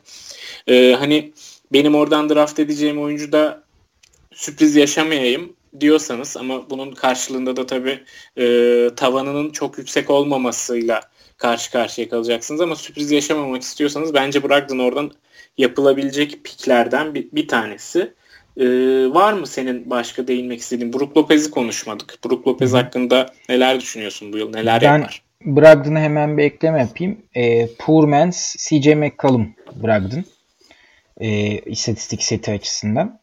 E, hani benim oradan draft edeceğim oyuncu da sürpriz yaşamayayım diyorsanız ama bunun karşılığında da tabii e, tavanının çok yüksek olmamasıyla karşı karşıya kalacaksınız ama sürpriz yaşamamak istiyorsanız bence Brogdon oradan yapılabilecek piklerden bir, bir tanesi. Ee, var mı senin başka değinmek istediğin? Brook Lopez'i konuşmadık. Brook Lopez Hı-hı. hakkında neler düşünüyorsun bu yıl? Neler ben yapar? Ben Brogdon'a hemen bir ekleme yapayım. E, Poor Man's C J McCollum Brogdon. E, istatistik seti açısından.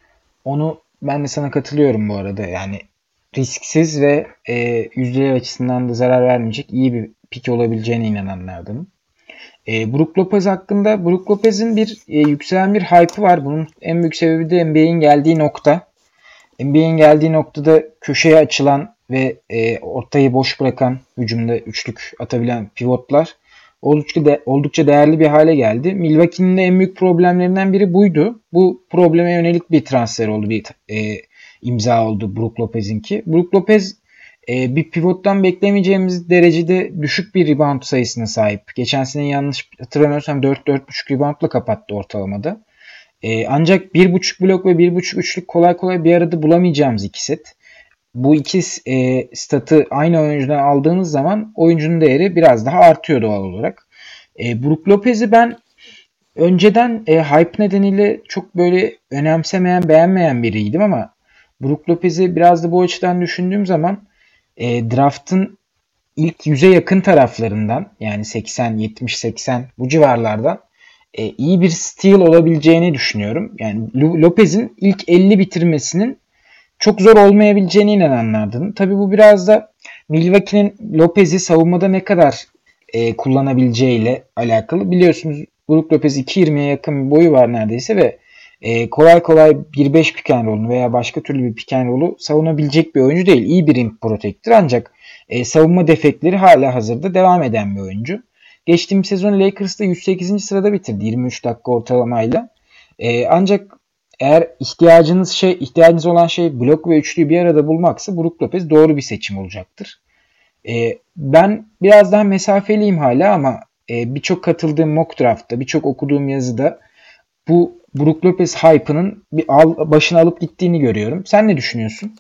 Onu ben de sana katılıyorum bu arada. Yani risksiz ve e, yüzdeler açısından da zarar vermeyecek iyi bir pik olabileceğine inananlardanım. E, Brook Lopez hakkında Brook Lopez'in bir e, yükselen bir hype'ı var. Bunun en büyük sebebi de N B A'in geldiği nokta. N B A'in geldiği noktada köşeye açılan ve e, ortayı boş bırakan hücumda üçlük atabilen pivotlar oldukça de, oldukça değerli bir hale geldi. Milwaukee'nin de en büyük problemlerinden biri buydu. Bu probleme yönelik bir transfer oldu, bir e, imza oldu Brook Lopez'inki. Brook Lopez e, bir pivottan beklemeyeceğimiz derecede düşük bir rebound sayısına sahip. Geçen sene yanlış hatırlamıyorsam dört dört buçuk reboundla kapattı ortalamada. E, ancak bir buçuk blok ve bir buçuk üçlük kolay kolay bir arada bulamayacağımız iki set. Bu iki e, statı aynı oyuncudan aldığınız zaman oyuncunun değeri biraz daha artıyor doğal olarak. E, Brook Lopez'i ben önceden e, hype nedeniyle çok böyle önemsemeyen, beğenmeyen biriydim ama Brook Lopez'i biraz da bu açıdan düşündüğüm zaman e, draft'ın ilk yüze yakın taraflarından yani seksen, yetmiş, seksen bu civarlardan e, iyi bir steal olabileceğini düşünüyorum. Yani Lopez'in ilk elli bitirmesinin çok zor olmayabileceğine inananlardım. Tabii bu biraz da Milwaukee'nin Lopez'i savunmada ne kadar e, kullanabileceğiyle alakalı. Biliyorsunuz Brook Lopez iki yirmiye yakın bir boyu var neredeyse ve e, kolay kolay bir beş pick and roll'unu veya başka türlü bir pick and roll'u savunabilecek bir oyuncu değil. İyi bir rim protector ancak e, savunma defekleri hala hazırda devam eden bir oyuncu. Geçtiğimiz sezon Lakers'ta yüz sekizinci sırada bitirdi yirmi üç dakika ortalamayla. E, ancak eğer ihtiyacınız şey ihtiyacınız olan şey blok ve üçlüyü bir arada bulmaksa Brook Lopez doğru bir seçim olacaktır. E, ben biraz daha mesafeliyim hala ama e, birçok katıldığım mock draft'ta, birçok okuduğum yazıda bu Brook Lopez hype'ının bir al, başını alıp gittiğini görüyorum. Sen ne düşünüyorsun?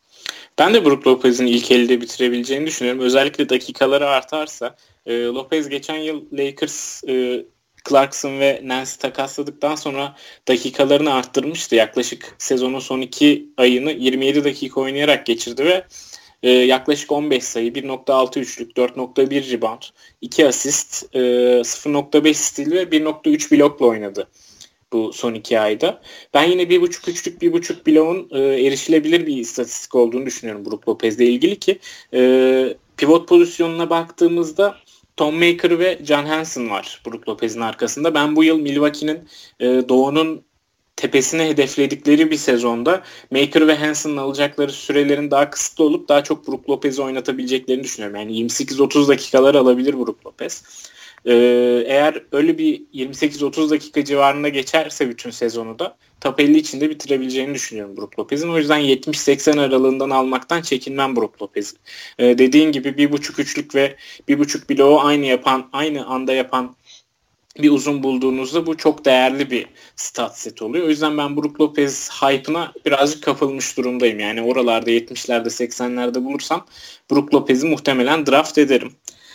Ben de Brook Lopez'in ilk elde bitirebileceğini düşünüyorum. Özellikle dakikaları artarsa. E, Lopez geçen yıl Lakers e, Clarkson ve Nance takasladıktan sonra dakikalarını arttırmıştı. Yaklaşık sezonun son iki ayını yirmi yedi dakika oynayarak geçirdi ve e, yaklaşık on beş sayı, bir nokta altı üçlük, dört nokta bir rebound, iki asist, e, sıfır nokta beş stil ve bir nokta üç blokla oynadı bu son iki ayda. Ben yine bir buçuk üçlük bir buçuk bloğun e, erişilebilir bir istatistik olduğunu düşünüyorum Brook Lopez'le ilgili ki e, pivot pozisyonuna baktığımızda Tom Maker ve John Henson var Brook Lopez'in arkasında. Ben bu yıl Milwaukee'nin e, Doğu'nun tepesine hedefledikleri bir sezonda Maker ve Henson'ın alacakları sürelerin daha kısıtlı olup daha çok Brook Lopez'i oynatabileceklerini düşünüyorum. Yani yirmi sekiz otuz dakikalar alabilir Brook Lopez. Ee, eğer öyle bir yirmi sekiz otuz dakika civarında geçerse bütün sezonu da top elli içinde bitirebileceğini düşünüyorum Brook Lopez'in. O yüzden yetmiş seksen aralığından almaktan çekinmem Brook Lopez'i. Ee, dediğin gibi bir buçuk üçlük ve bir buçuk bloğu aynı yapan, aynı anda yapan bir uzun bulduğunuzda bu çok değerli bir stat set oluyor. O yüzden ben Brook Lopez hype'ına birazcık kapılmış durumdayım. Yani oralarda yetmişlerde seksenlerde bulursam Brook Lopez'i muhtemelen draft ederim.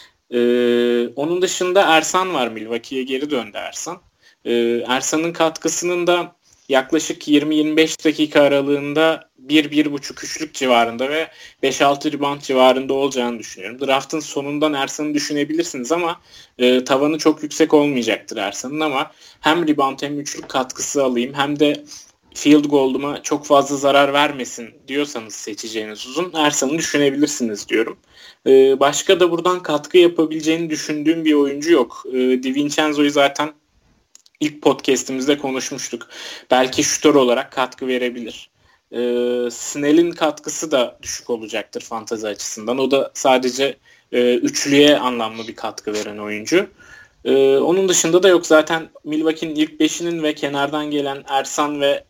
Ee, onun dışında Ersan var, Milwaukee'ye geri döndü Ersan. Ee, Ersan'ın katkısının da yaklaşık yirmi yirmi beş dakika aralığında bir bir buçuk üçlük civarında ve beş altı rebound civarında olacağını düşünüyorum. Draft'ın sonundan Ersan'ı düşünebilirsiniz ama e, tavanı çok yüksek olmayacaktır Ersan'ın ama hem rebound hem üçlük katkısı alayım hem de field goal'uma çok fazla zarar vermesin diyorsanız seçeceğiniz uzun Ersan'ı düşünebilirsiniz diyorum. Ee, başka da buradan katkı yapabileceğini düşündüğüm bir oyuncu yok. Ee, DiVincenzo'yu zaten ilk podcast'imizde konuşmuştuk. Belki şutör olarak katkı verebilir. Ee, Snell'in katkısı da düşük olacaktır fantezi açısından. O da sadece e, üçlüye anlamlı bir katkı veren oyuncu. Ee, onun dışında da yok. Zaten Milwaukee'nin ilk beşinin ve kenardan gelen Ersan ve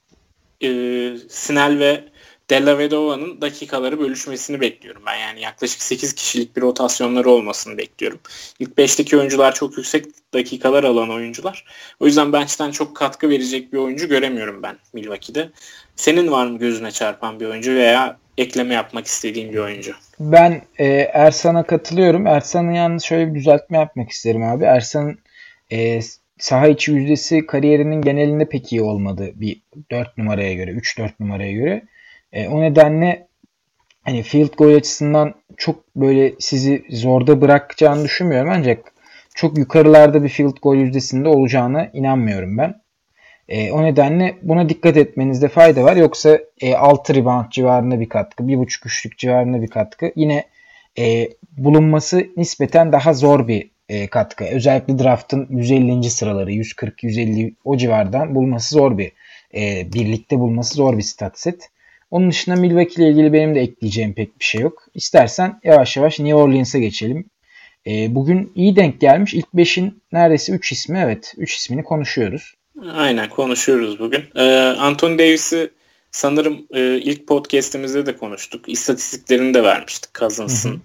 e, Snell ve Della Vedova'nın dakikaları bölüşmesini bekliyorum ben. Yani yaklaşık sekiz kişilik bir rotasyonları olmasını bekliyorum. İlk beşteki oyuncular çok yüksek dakikalar alan oyuncular. O yüzden bench'ten çok katkı verecek bir oyuncu göremiyorum ben Milwaukee'de. Senin var mı gözüne çarpan bir oyuncu veya ekleme yapmak istediğin bir oyuncu? Ben e, Ersan'a katılıyorum. Ersan'ın yalnız şöyle bir düzeltme yapmak isterim abi. Ersan'ın e, saha içi yüzdesi kariyerinin genelinde pek iyi olmadı bir dört numaraya göre, üç dört numaraya göre. E, o nedenle hani field goal açısından çok böyle sizi zorda bırakacağını düşünmüyorum ancak çok yukarılarda bir field goal yüzdesinde olacağına inanmıyorum ben. E, o nedenle buna dikkat etmenizde fayda var. Yoksa e, altı rebound civarında bir katkı, bir buçuk üçlük civarında bir katkı yine e, bulunması nispeten daha zor bir e, katkı. Özellikle draft'ın yüz ellinci sıraları, yüz kırk yüz elli o civardan bulması zor bir e, birlikte bulması zor bir stat set. Onun dışında Milwaukee ile ilgili benim de ekleyeceğim pek bir şey yok. İstersen yavaş yavaş New Orleans'a geçelim. E, bugün iyi denk gelmiş. İlk beşin neredeyse üç ismi, evet üç ismini konuşuyoruz. Aynen konuşuyoruz bugün. Ee, Anthony Davis'i sanırım e, ilk podcast'imizde de konuştuk. İstatistiklerini de vermiştik Cousins'ın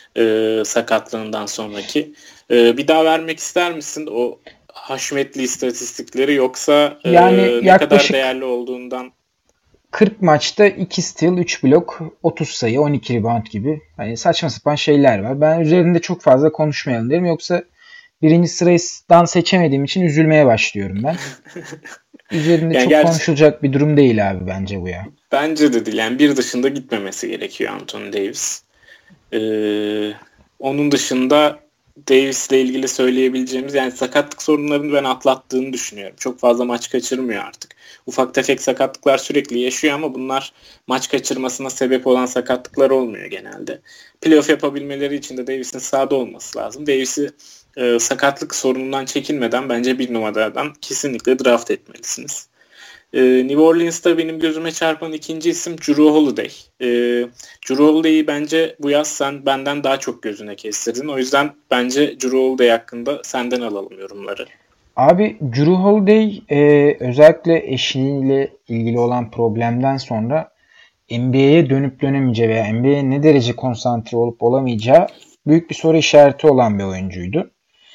e, sakatlığından sonraki. E, bir daha vermek ister misin o haşmetli istatistikleri yoksa e, yani ne kadar değerli olduğundan? kırk maçta iki steal, üç blok, otuz sayı, on iki rebound gibi hani saçma sapan şeyler var. Ben üzerinde çok fazla konuşmayalım derim. Yoksa birinci sıradan seçemediğim için üzülmeye başlıyorum ben. Üzerinde yani çok gerçi, konuşulacak bir durum değil abi bence bu ya. Bence de değil. Yani bir dışında gitmemesi gerekiyor Anthony Davis. Ee, onun dışında Davis'le ilgili söyleyebileceğimiz, yani sakatlık sorunlarını ben atlattığını düşünüyorum. Çok fazla maç kaçırmıyor artık. Ufak tefek sakatlıklar sürekli yaşıyor ama bunlar maç kaçırmasına sebep olan sakatlıklar olmuyor genelde. Playoff yapabilmeleri için de Davis'in sahada olması lazım. Davis'i e, sakatlık sorunundan çekinmeden bence bir numaradan kesinlikle draft etmelisiniz. Ee, New Orleans'ta benim gözüme çarpan ikinci isim Jrue Holiday. Ee, Jrue Holiday'i bence bu yaz sen benden daha çok gözüne kestirdin. O yüzden bence Jrue Holiday hakkında senden alalım yorumları. Abi Jrue Holiday e, özellikle eşiyle ilgili olan problemden sonra N B A'ye dönüp dönemeyeceği veya N B A'ye ne derece konsantre olup olamayacağı büyük bir soru işareti olan bir oyuncuydu.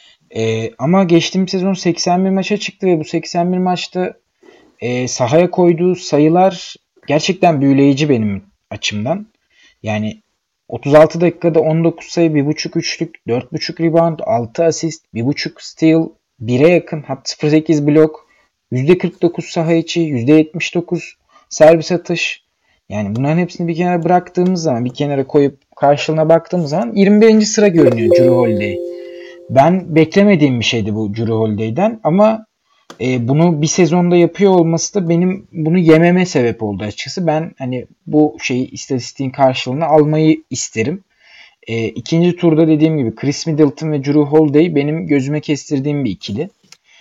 E, ama geçtiğimiz sezon seksen bir maça çıktı ve bu seksen bir maçta e, sahaya koyduğu sayılar gerçekten büyüleyici benim açımdan. Yani otuz altı dakikada on dokuz sayı, bir buçuk üçlük, dört buçuk rebound, altı asist, bir buçuk steal, bire yakın, hatta sıfır virgül sekiz blok, yüzde kırk dokuz saha içi, yüzde yetmiş dokuz servis atış. Yani bunların hepsini bir kenara bıraktığımız zaman, bir kenara koyup karşılığına baktığımız zaman yirmi birinci sıra görünüyor Jrue Holiday. Ben beklemediğim bir şeydi bu Jrue Holiday'den ama e, bunu bir sezonda yapıyor olması da benim bunu yememe sebep oldu açıkçası. Ben hani bu şeyi, istatistiğin karşılığını almayı isterim. E, ikinci turda dediğim gibi Chris Middleton ve Jrue Holiday benim gözüme kestirdiğim bir ikili.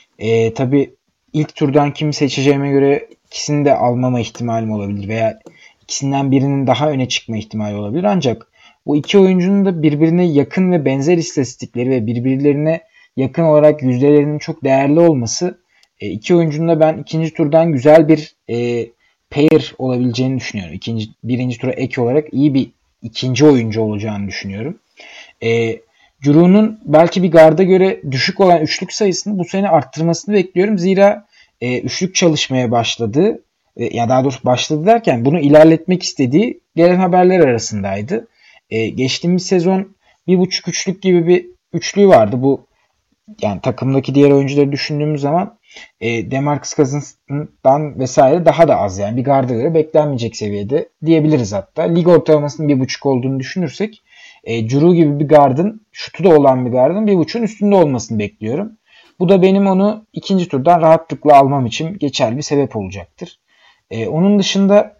E, tabii ilk turdan kimi seçeceğime göre ikisini de almama ihtimalim olabilir veya ikisinden birinin daha öne çıkma ihtimali olabilir. Ancak bu iki oyuncunun da birbirine yakın ve benzer istatistikleri ve birbirlerine yakın olarak yüzdelerinin çok değerli olması, e, iki oyuncunun da ben ikinci turdan güzel bir e, pair olabileceğini düşünüyorum. İkinci, birinci tura ek olarak iyi bir ikinci oyuncu olacağını düşünüyorum. E, Jrue'nun belki bir garda göre düşük olan üçlük sayısını bu sene arttırmasını bekliyorum. Zira e, üçlük çalışmaya başladı. E, ya daha doğrusu başladı derken bunu ilerletmek istediği gelen haberler arasındaydı. E, geçtiğimiz sezon bir buçuk üçlük gibi bir üçlüğü vardı. Bu yani takımdaki diğer oyuncuları düşündüğümüz zaman e, DeMarcus Cousins'tan vesaire daha da az, yani bir garda göre beklenmeyecek seviyede diyebiliriz hatta. Lig ortalamasının bir buçuk olduğunu düşünürsek e, Jrue gibi bir gardın, şutu da olan bir gardın bir buçuğun üstünde olmasını bekliyorum. Bu da benim onu ikinci turdan rahatlıkla almam için geçerli bir sebep olacaktır. E, onun dışında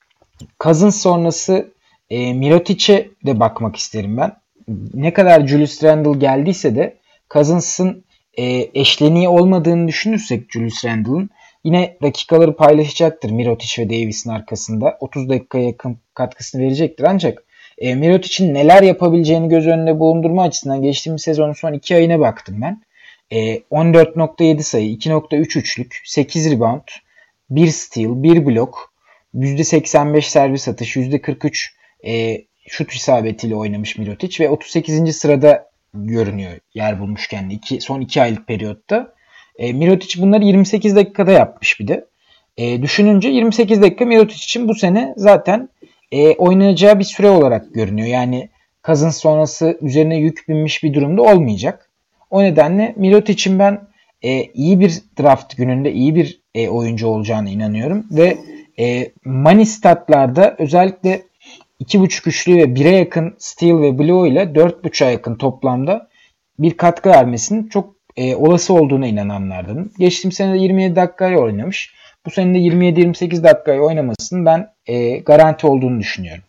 Cousins sonrası e, Mirotic'e de bakmak isterim ben. Ne kadar Julius Randle geldiyse de Cousins'ın e, eşleniği olmadığını düşünürsek Julius Randle'ın yine dakikaları paylaşacaktır Mirotic ve Davis'in arkasında. otuz dakikaya yakın katkısını verecektir. Ancak e, Mirotic'in neler yapabileceğini göz önünde bulundurma açısından geçtiğimiz sezonun son iki ayına baktım ben. E, on dört nokta yedi sayı, iki nokta üç üçlük, sekiz rebound, bir steal, bir blok, yüzde seksen beş servis atış, yüzde kırk üç e, şut isabetiyle oynamış Mirotic ve otuz sekizinci sırada görünüyor yer bulmuşken iki, son iki aylık periyotta. E, Mirotic bunları yirmi sekiz dakikada yapmış bir de. E, düşününce yirmi sekiz dakika Mirotic için bu sene zaten e, oynayacağı bir süre olarak görünüyor. Yani Cousins sonrası üzerine yük binmiş bir durumda olmayacak. O nedenle Mirotic'in ben e, iyi bir draft gününde iyi bir e, oyuncu olacağına inanıyorum. Ve e, money statlarda özellikle iki buçuk üçlü ve bire yakın steal ve blow ile dört buçuğa yakın toplamda bir katkı vermesinin çok e, olası olduğuna inananlardanım. Geçtiğim sene de yirmi yedi dakikayı oynamış. Bu sene de yirmi yedi yirmi sekiz dakikayı oynamasının ben e, garanti olduğunu düşünüyorum.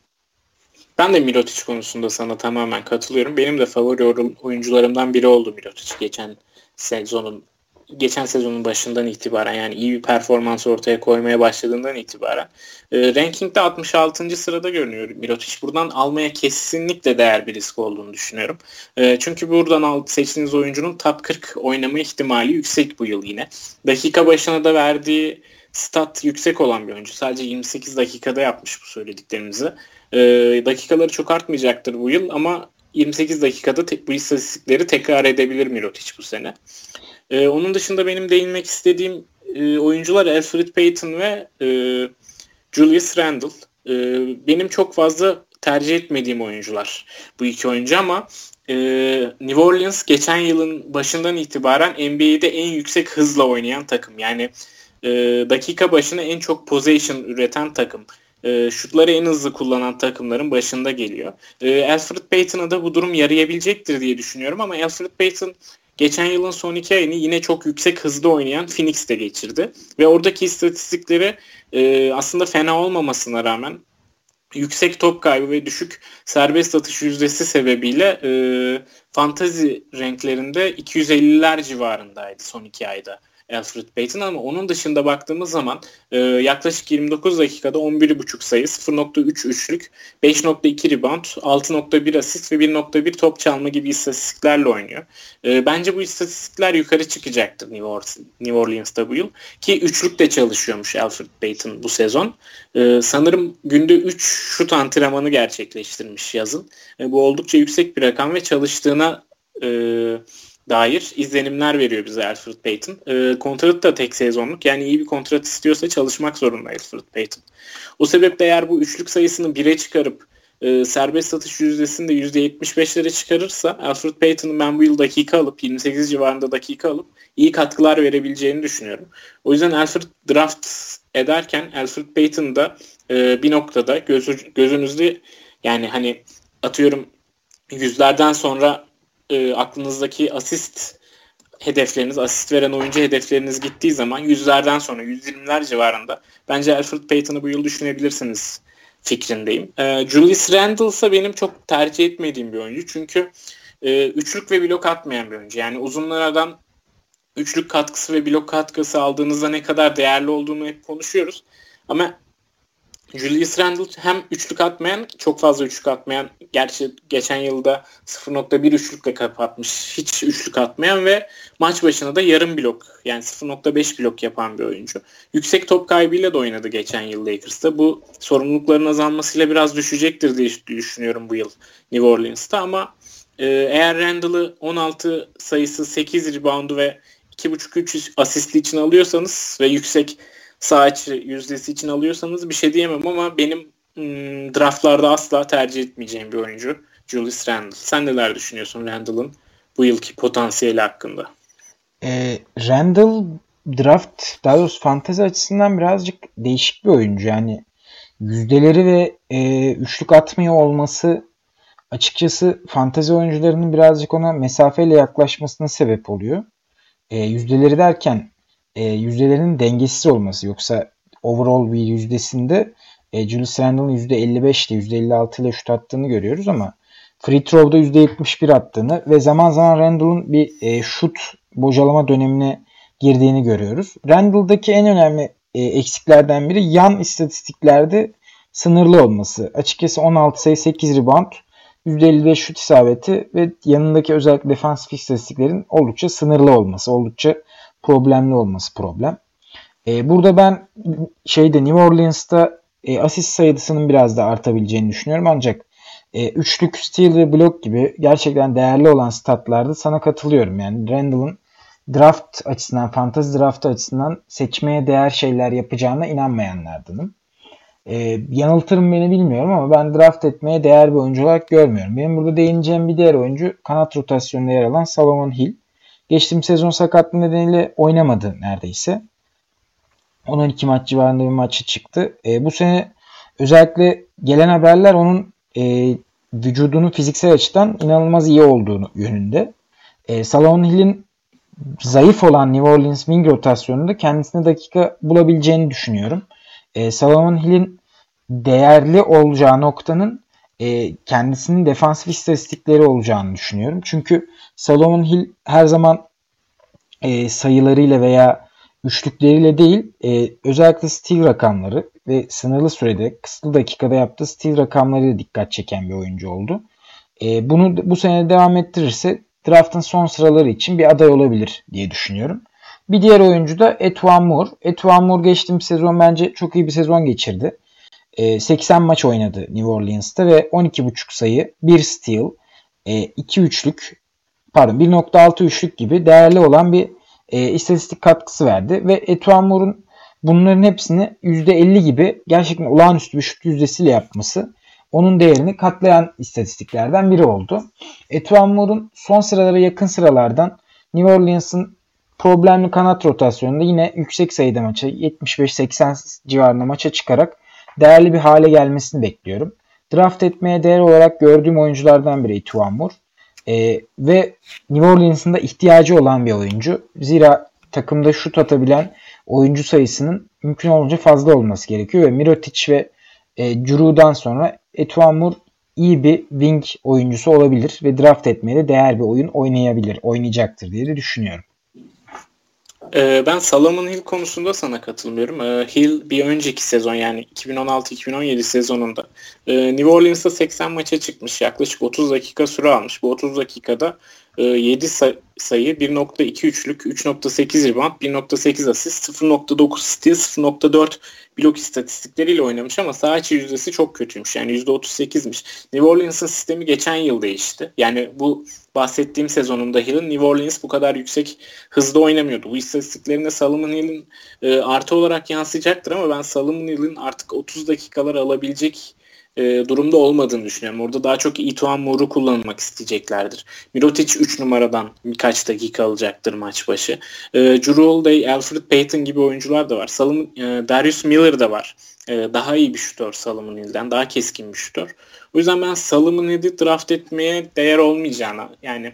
Ben de Mirotic konusunda sana tamamen katılıyorum. Benim de favori oyuncularımdan biri oldu Mirotic geçen sezonun geçen sezonun başından itibaren, yani iyi bir performans ortaya koymaya başladığından itibaren. E, rankingde altmış altıncı sırada görünüyor Mirotic. Buradan almaya kesinlikle değer bir risk olduğunu düşünüyorum. E, çünkü buradan al, seçtiğiniz oyuncunun top kırk oynama ihtimali yüksek bu yıl yine. Dakika başına da verdiği stat yüksek olan bir oyuncu. Sadece yirmi sekiz dakikada yapmış bu söylediklerimizi. E, dakikaları çok artmayacaktır bu yıl ama yirmi sekiz dakikada te- bu istatistikleri tekrar edebilir Mirotic bu sene. Ee, onun dışında benim değinmek istediğim e, oyuncular Elfrid Payton ve e, Julius Randle. E, benim çok fazla tercih etmediğim oyuncular bu iki oyuncu ama e, New Orleans geçen yılın başından itibaren N B A'de en yüksek hızla oynayan takım. Yani e, dakika başına en çok possession üreten takım. e, şutları en hızlı kullanan takımların başında geliyor. E, Elfrid Payton'a da bu durum yarayabilecektir diye düşünüyorum ama Elfrid Payton geçen yılın son iki ayını yine çok yüksek hızda oynayan Phoenix'te geçirdi. Ve oradaki istatistikleri e, aslında fena olmamasına rağmen yüksek top kaybı ve düşük serbest atış yüzdesi sebebiyle e, fantazi renklerinde iki yüz elliler civarındaydı son iki ayda Elfrid Payton, ama onun dışında baktığımız zaman e, yaklaşık yirmi dokuz dakikada on bir buçuk sayı, sıfır nokta üç üçlük, beş nokta iki rebound, altı nokta bir asist ve bir nokta bir top çalma gibi istatistiklerle oynuyor. E, bence bu istatistikler yukarı çıkacaktır New, Orleans, New Orleans'ta bu yıl. Ki üçlük de çalışıyormuş Elfrid Payton bu sezon. E, sanırım günde üç şut antrenmanı gerçekleştirmiş yazın. E, bu oldukça yüksek bir rakam ve çalıştığına e, dair izlenimler veriyor bize Elfrid Payton. E, kontratı da tek sezonluk. Yani iyi bir kontrat istiyorsa çalışmak zorunda Elfrid Payton. O sebeple eğer bu üçlük sayısını bire çıkarıp e, serbest atış yüzdesini de yüzde yetmiş beşlere çıkarırsa Elfrid Payton'ın ben bu yıl dakika alıp yirmi sekiz civarında dakika alıp iyi katkılar verebileceğini düşünüyorum. O yüzden Elfrid draft ederken Elfrid Payton'ı da e, bir noktada gözü, gözünüzde, yani hani atıyorum yüzlerden sonra e, aklınızdaki asist hedefleriniz, asist veren oyuncu hedefleriniz gittiği zaman yüzlerden sonra yüz yirmiler civarında bence Elfrid Payton'ı bu yıl düşünebilirsiniz fikrindeyim. E, Julius Randle ise benim çok tercih etmediğim bir oyuncu. Çünkü e, üçlük ve blok atmayan bir oyuncu. Yani uzunlardan üçlük katkısı ve blok katkısı aldığınızda ne kadar değerli olduğunu hep konuşuyoruz. Ama Julius Randle hem üçlük atmayan, çok fazla üçlük atmayan, gerçi geçen yılda sıfır nokta bir üçlükle kapatmış, hiç üçlük atmayan ve maç başına da yarım blok, yani sıfır nokta beş blok yapan bir oyuncu. Yüksek top kaybıyla da oynadı geçen yıl Lakers'ta. Bu sorumlulukların azalmasıyla biraz düşecektir diye düşünüyorum bu yıl New Orleans'ta, ama e, eğer Randle'ı on altı sayısı, sekiz reboundu ve iki buçuk üç asistli için alıyorsanız ve yüksek sağ içi yüzdesi için alıyorsanız bir şey diyemem, ama benim ım, draftlarda asla tercih etmeyeceğim bir oyuncu Julius Randle. Sen neler düşünüyorsun Randle'ın bu yılki potansiyeli hakkında? E, Randle draft, daha doğrusu fantezi açısından birazcık değişik bir oyuncu. Yani yüzdeleri ve e, üçlük atmıyor olması açıkçası fantezi oyuncularının birazcık ona mesafeyle yaklaşmasına sebep oluyor. E, yüzdeleri derken e, yüzdelerinin dengesiz olması, yoksa overall bir yüzdesinde e, Julius Randle'ın yüzde elli beş ile yüzde elli altı ile şut attığını görüyoruz, ama free throw'da yüzde yetmiş bir attığını ve zaman zaman Randle'ın bir e, şut bocalama dönemine girdiğini görüyoruz. Randle'daki en önemli e, eksiklerden biri yan istatistiklerde sınırlı olması. Açıkçası on altı sayı, sekiz rebound, yüzde elli beş şut isabeti ve yanındaki özellikle defansif istatistiklerin oldukça sınırlı olması, oldukça problemli olması problem. E, burada ben şeyde New Orleans'ta e, asist sayısının biraz da artabileceğini düşünüyorum, ancak e, üçlük, steal ve blok gibi gerçekten değerli olan statlarda sana katılıyorum. Yani Randle'ın draft açısından, fantasy draft açısından seçmeye değer şeyler yapacağına inanmayanlardanım. Ee, yanıltırım beni bilmiyorum, ama ben draft etmeye değer bir oyuncu olarak görmüyorum. Benim burada değineceğim bir diğer oyuncu kanat rotasyonunda yer alan Solomon Hill. Geçtiğim sezon sakatlığı nedeniyle oynamadı neredeyse. on on iki maç civarında bir maçı çıktı. Ee, bu sene özellikle gelen haberler onun e, vücudunun fiziksel açıdan inanılmaz iyi olduğunu yönünde. E, Solomon Hill'in zayıf olan New Orleans wing rotasyonunda kendisine dakika bulabileceğini düşünüyorum. E, Solomon Hill'in değerli olacağı noktanın e, kendisinin defansif istatistikleri olacağını düşünüyorum. Çünkü Solomon Hill her zaman e, sayılarıyla veya üçlükleriyle değil, e, özellikle steal rakamları ve sınırlı sürede, kısıtlı dakikada yaptığı steal rakamlarıyla dikkat çeken bir oyuncu oldu. E, bunu bu sene devam ettirirse draft'ın son sıraları için bir aday olabilir diye düşünüyorum. Bir diğer oyuncu da Etuan Moore. Etuan Moore geçtiğimiz sezon bence çok iyi bir sezon geçirdi. seksen maç oynadı New Orleans'ta ve on iki buçuk sayı, bir steal, iki üçlük, pardon bir nokta altı üçlük gibi değerli olan bir e, istatistik katkısı verdi. Ve Etuan Moore'un bunların hepsini yüzde elli gibi gerçekten olağanüstü bir şut yüzdesiyle yapması onun değerini katlayan istatistiklerden biri oldu. Etuan Moore'un son sıralara yakın sıralardan New Orleans'ın problemli kanat rotasyonunda yine yüksek sayıda maça, yetmiş beş seksen civarında maça çıkarak değerli bir hale gelmesini bekliyorum. Draft etmeye değer olarak gördüğüm oyunculardan biri Etuan Moore. E, ve New Orleans'ın da ihtiyacı olan bir oyuncu. Zira takımda şut atabilen oyuncu sayısının mümkün olunca fazla olması gerekiyor ve Mirotic ve e, Giroux'dan sonra Etuan Moore iyi bir wing oyuncusu olabilir ve draft etmeye de değer bir oyun oynayabilir, oynayacaktır diye de düşünüyorum. Ee, ben Solomon Hill konusunda sana katılmıyorum. Ee, Hill bir önceki sezon yani iki bin on altı iki bin on yedi sezonunda e, New Orleans'ta seksen maça çıkmış. Yaklaşık otuz dakika süre almış. Bu otuz dakikada e, yedi say- sayı, bir nokta iki üçlük, üç nokta sekiz rebound, bir nokta sekiz asist, sıfır nokta dokuz steal, sıfır nokta dört blok istatistikleriyle oynamış ama saha içi yüzdesi çok kötüymüş. Yani yüzde otuz sekizmiş. New Orleans'ın sistemi geçen yıl değişti. Yani bu bahsettiğim sezonunda Hill'in New Orleans bu kadar yüksek hızda oynamıyordu. Bu istatistiklerinde Solomon Hill'in e, artı olarak yansıyacaktır ama ben Solomon Hill'in artık otuz dakikalar alabilecek e, durumda olmadığını düşünüyorum. Orada daha çok Etuan Moore'u kullanmak isteyeceklerdir. Mirotic üç numaradan birkaç dakika alacaktır maç başı. E, Jrue Holiday, Alfred Payton gibi oyuncular da var. Solomon, e, Darius Miller de var. E, daha iyi bir şutör Solomon Hill'den. Daha keskin bir şutör. O yüzden ben Solomon Hill'i draft etmeye değer olmayacağına yani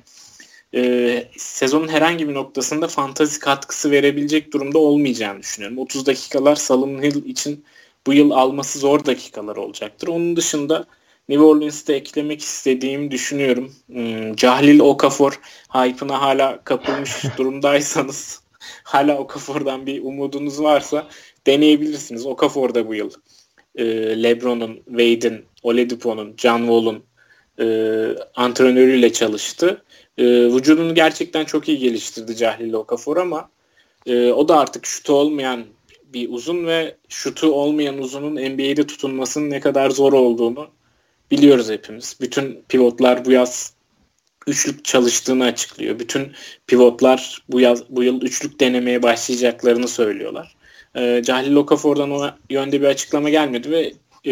e, sezonun herhangi bir noktasında fantazi katkısı verebilecek durumda olmayacağını düşünüyorum. otuz dakikalar Solomon Hill için bu yıl alması zor dakikalar olacaktır. Onun dışında New Orleans'ta eklemek istediğimi düşünüyorum. Hmm, Jahlil Okafor hype'ına hala kapılmış durumdaysanız hala Okafor'dan bir umudunuz varsa deneyebilirsiniz. Okafor da bu yıl e, LeBron'un, Wade'in, Oladipo'nun, John Wall'un e, antrenörüyle çalıştı. E, vücudunu gerçekten çok iyi geliştirdi Jahlil Okafor ama e, o da artık şutu olmayan bir uzun ve şutu olmayan uzunun N B A'de tutunmasının ne kadar zor olduğunu biliyoruz hepimiz. Bütün pivotlar bu yaz üçlük çalıştığını açıklıyor. Bütün pivotlar bu yaz bu yıl üçlük denemeye başlayacaklarını söylüyorlar. E, Jahlil Okafor'dan o yönde bir açıklama gelmedi ve e,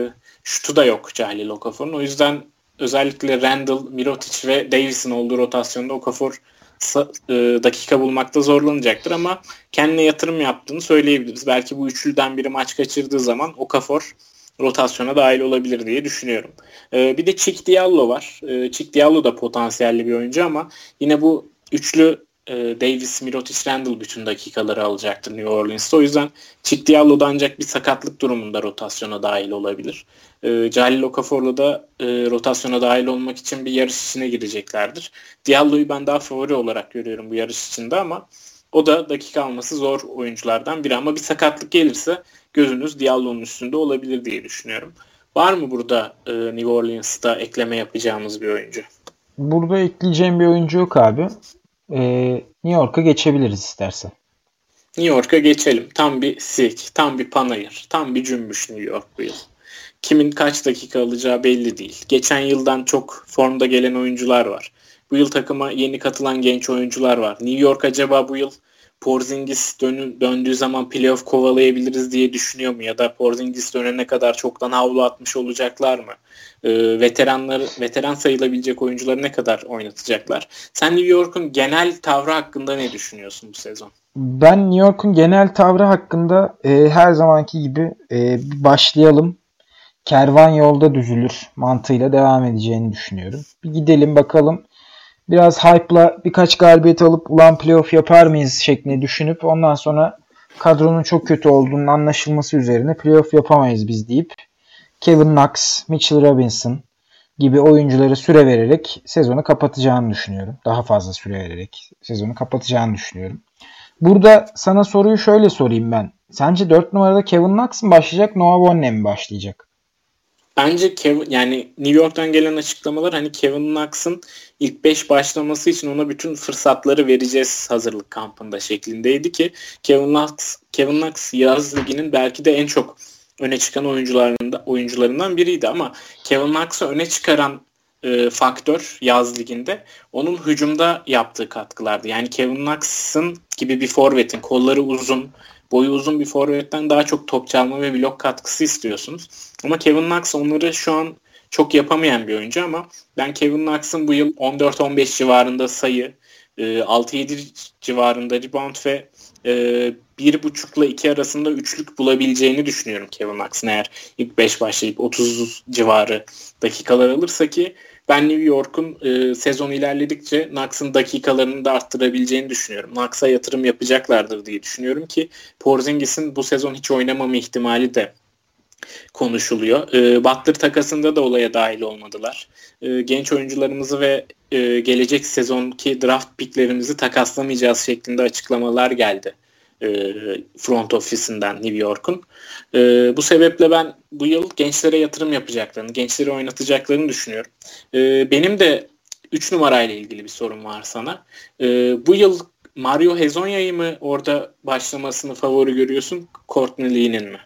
şutu da yok Jahlil Okafor'un. O yüzden özellikle Randall, Mirotic ve Davis'in olduğu rotasyonda Okafor e, dakika bulmakta zorlanacaktır ama kendine yatırım yaptığını söyleyebiliriz. Belki bu üçlüden biri maç kaçırdığı zaman Okafor rotasyona dahil olabilir diye düşünüyorum. Ee, bir de Chick Diallo var. Ee, Chick Diallo da potansiyelli bir oyuncu ama yine bu üçlü e, Davis, Mirotic, Randall bütün dakikaları alacaktır New Orleans'ta. O yüzden Chick Diallo da ancak bir sakatlık durumunda rotasyona dahil olabilir. Ee, Jahlil Okafor'la da e, rotasyona dahil olmak için bir yarış içine gireceklerdir. Diallo'yu ben daha favori olarak görüyorum bu yarış içinde ama o da dakika alması zor oyunculardan biri ama bir sakatlık gelirse gözünüz Diallo'nun üstünde olabilir diye düşünüyorum. Var mı burada e, New Orleans'ta ekleme yapacağımız bir oyuncu? Burada ekleyeceğim bir oyuncu yok abi. Ee, New York'a geçebiliriz istersen. New York'a geçelim. Tam bir sik, tam bir panayır, tam bir cümbüş New York bu yıl. Kimin kaç dakika alacağı belli değil. Geçen yıldan çok formda gelen oyuncular var. Bu yıl takıma yeni katılan genç oyuncular var. New York acaba bu yıl Porzingis dönü, döndüğü zaman playoff kovalayabiliriz diye düşünüyor mu? Ya da Porzingis dönene kadar çoktan havlu atmış olacaklar mı? Ee, veteranları, veteran sayılabilecek oyuncuları ne kadar oynatacaklar? Sen New York'un genel tavrı hakkında ne düşünüyorsun bu sezon? Ben New York'un genel tavrı hakkında e, her zamanki gibi e, başlayalım. Kervan yolda düzülür mantığıyla devam edeceğini düşünüyorum. Bir gidelim bakalım. Biraz hype'la birkaç galibiyet alıp ulan playoff yapar mıyız şeklinde düşünüp ondan sonra kadronun çok kötü olduğunun anlaşılması üzerine playoff yapamayız biz deyip Kevin Knox, Mitchell Robinson gibi oyuncuları süre vererek sezonu kapatacağını düşünüyorum. Daha fazla süre vererek sezonu kapatacağını düşünüyorum. Burada sana soruyu şöyle sorayım ben. Sence dört numarada Kevin Knox mı başlayacak, Noah Vonleh mi başlayacak? Bence Kevin, yani New York'tan gelen açıklamalar hani Kevin Knox'ın ilk beş başlaması için ona bütün fırsatları vereceğiz hazırlık kampında şeklindeydi ki Kevin Knox, Kevin Knox yaz liginin belki de en çok öne çıkan oyuncularından oyuncularından biriydi ama Kevin Knox'ı öne çıkaran e, faktör yaz liginde onun hücumda yaptığı katkılardı. Yani Kevin Knox'ın gibi bir forvetin kolları uzun, boyu uzun bir forvetten daha çok top çalma ve blok katkısı istiyorsunuz. Ama Kevin Knox onları şu an çok yapamayan bir oyuncu ama ben Kevin Knox'ın bu yıl on dört on beş civarında sayı, e, altı yedi civarında rebound ve e, bir buçuk ile iki arasında üçlük bulabileceğini düşünüyorum Kevin Knox'ın, eğer ilk beş başlayıp otuz civarı dakikalar alırsa, ki ben New York'un e, sezon ilerledikçe Knox'ın dakikalarını da arttırabileceğini düşünüyorum. Knox'a yatırım yapacaklardır diye düşünüyorum ki Porzingis'in bu sezon hiç oynamama ihtimali de konuşuluyor. E, Butler takasında da olaya dahil olmadılar. E, genç oyuncularımızı ve e, gelecek sezonki draft picklerimizi takaslamayacağız şeklinde açıklamalar geldi e, front ofisinden New York'un. E, bu sebeple ben bu yıl gençlere yatırım yapacaklarını, gençleri oynatacaklarını düşünüyorum. E, benim de üç numarayla ilgili bir sorum var sana. E, bu yıl Mario Hezonya'yı mı orada başlamasını favori görüyorsun, Courtney Lee'nin mi?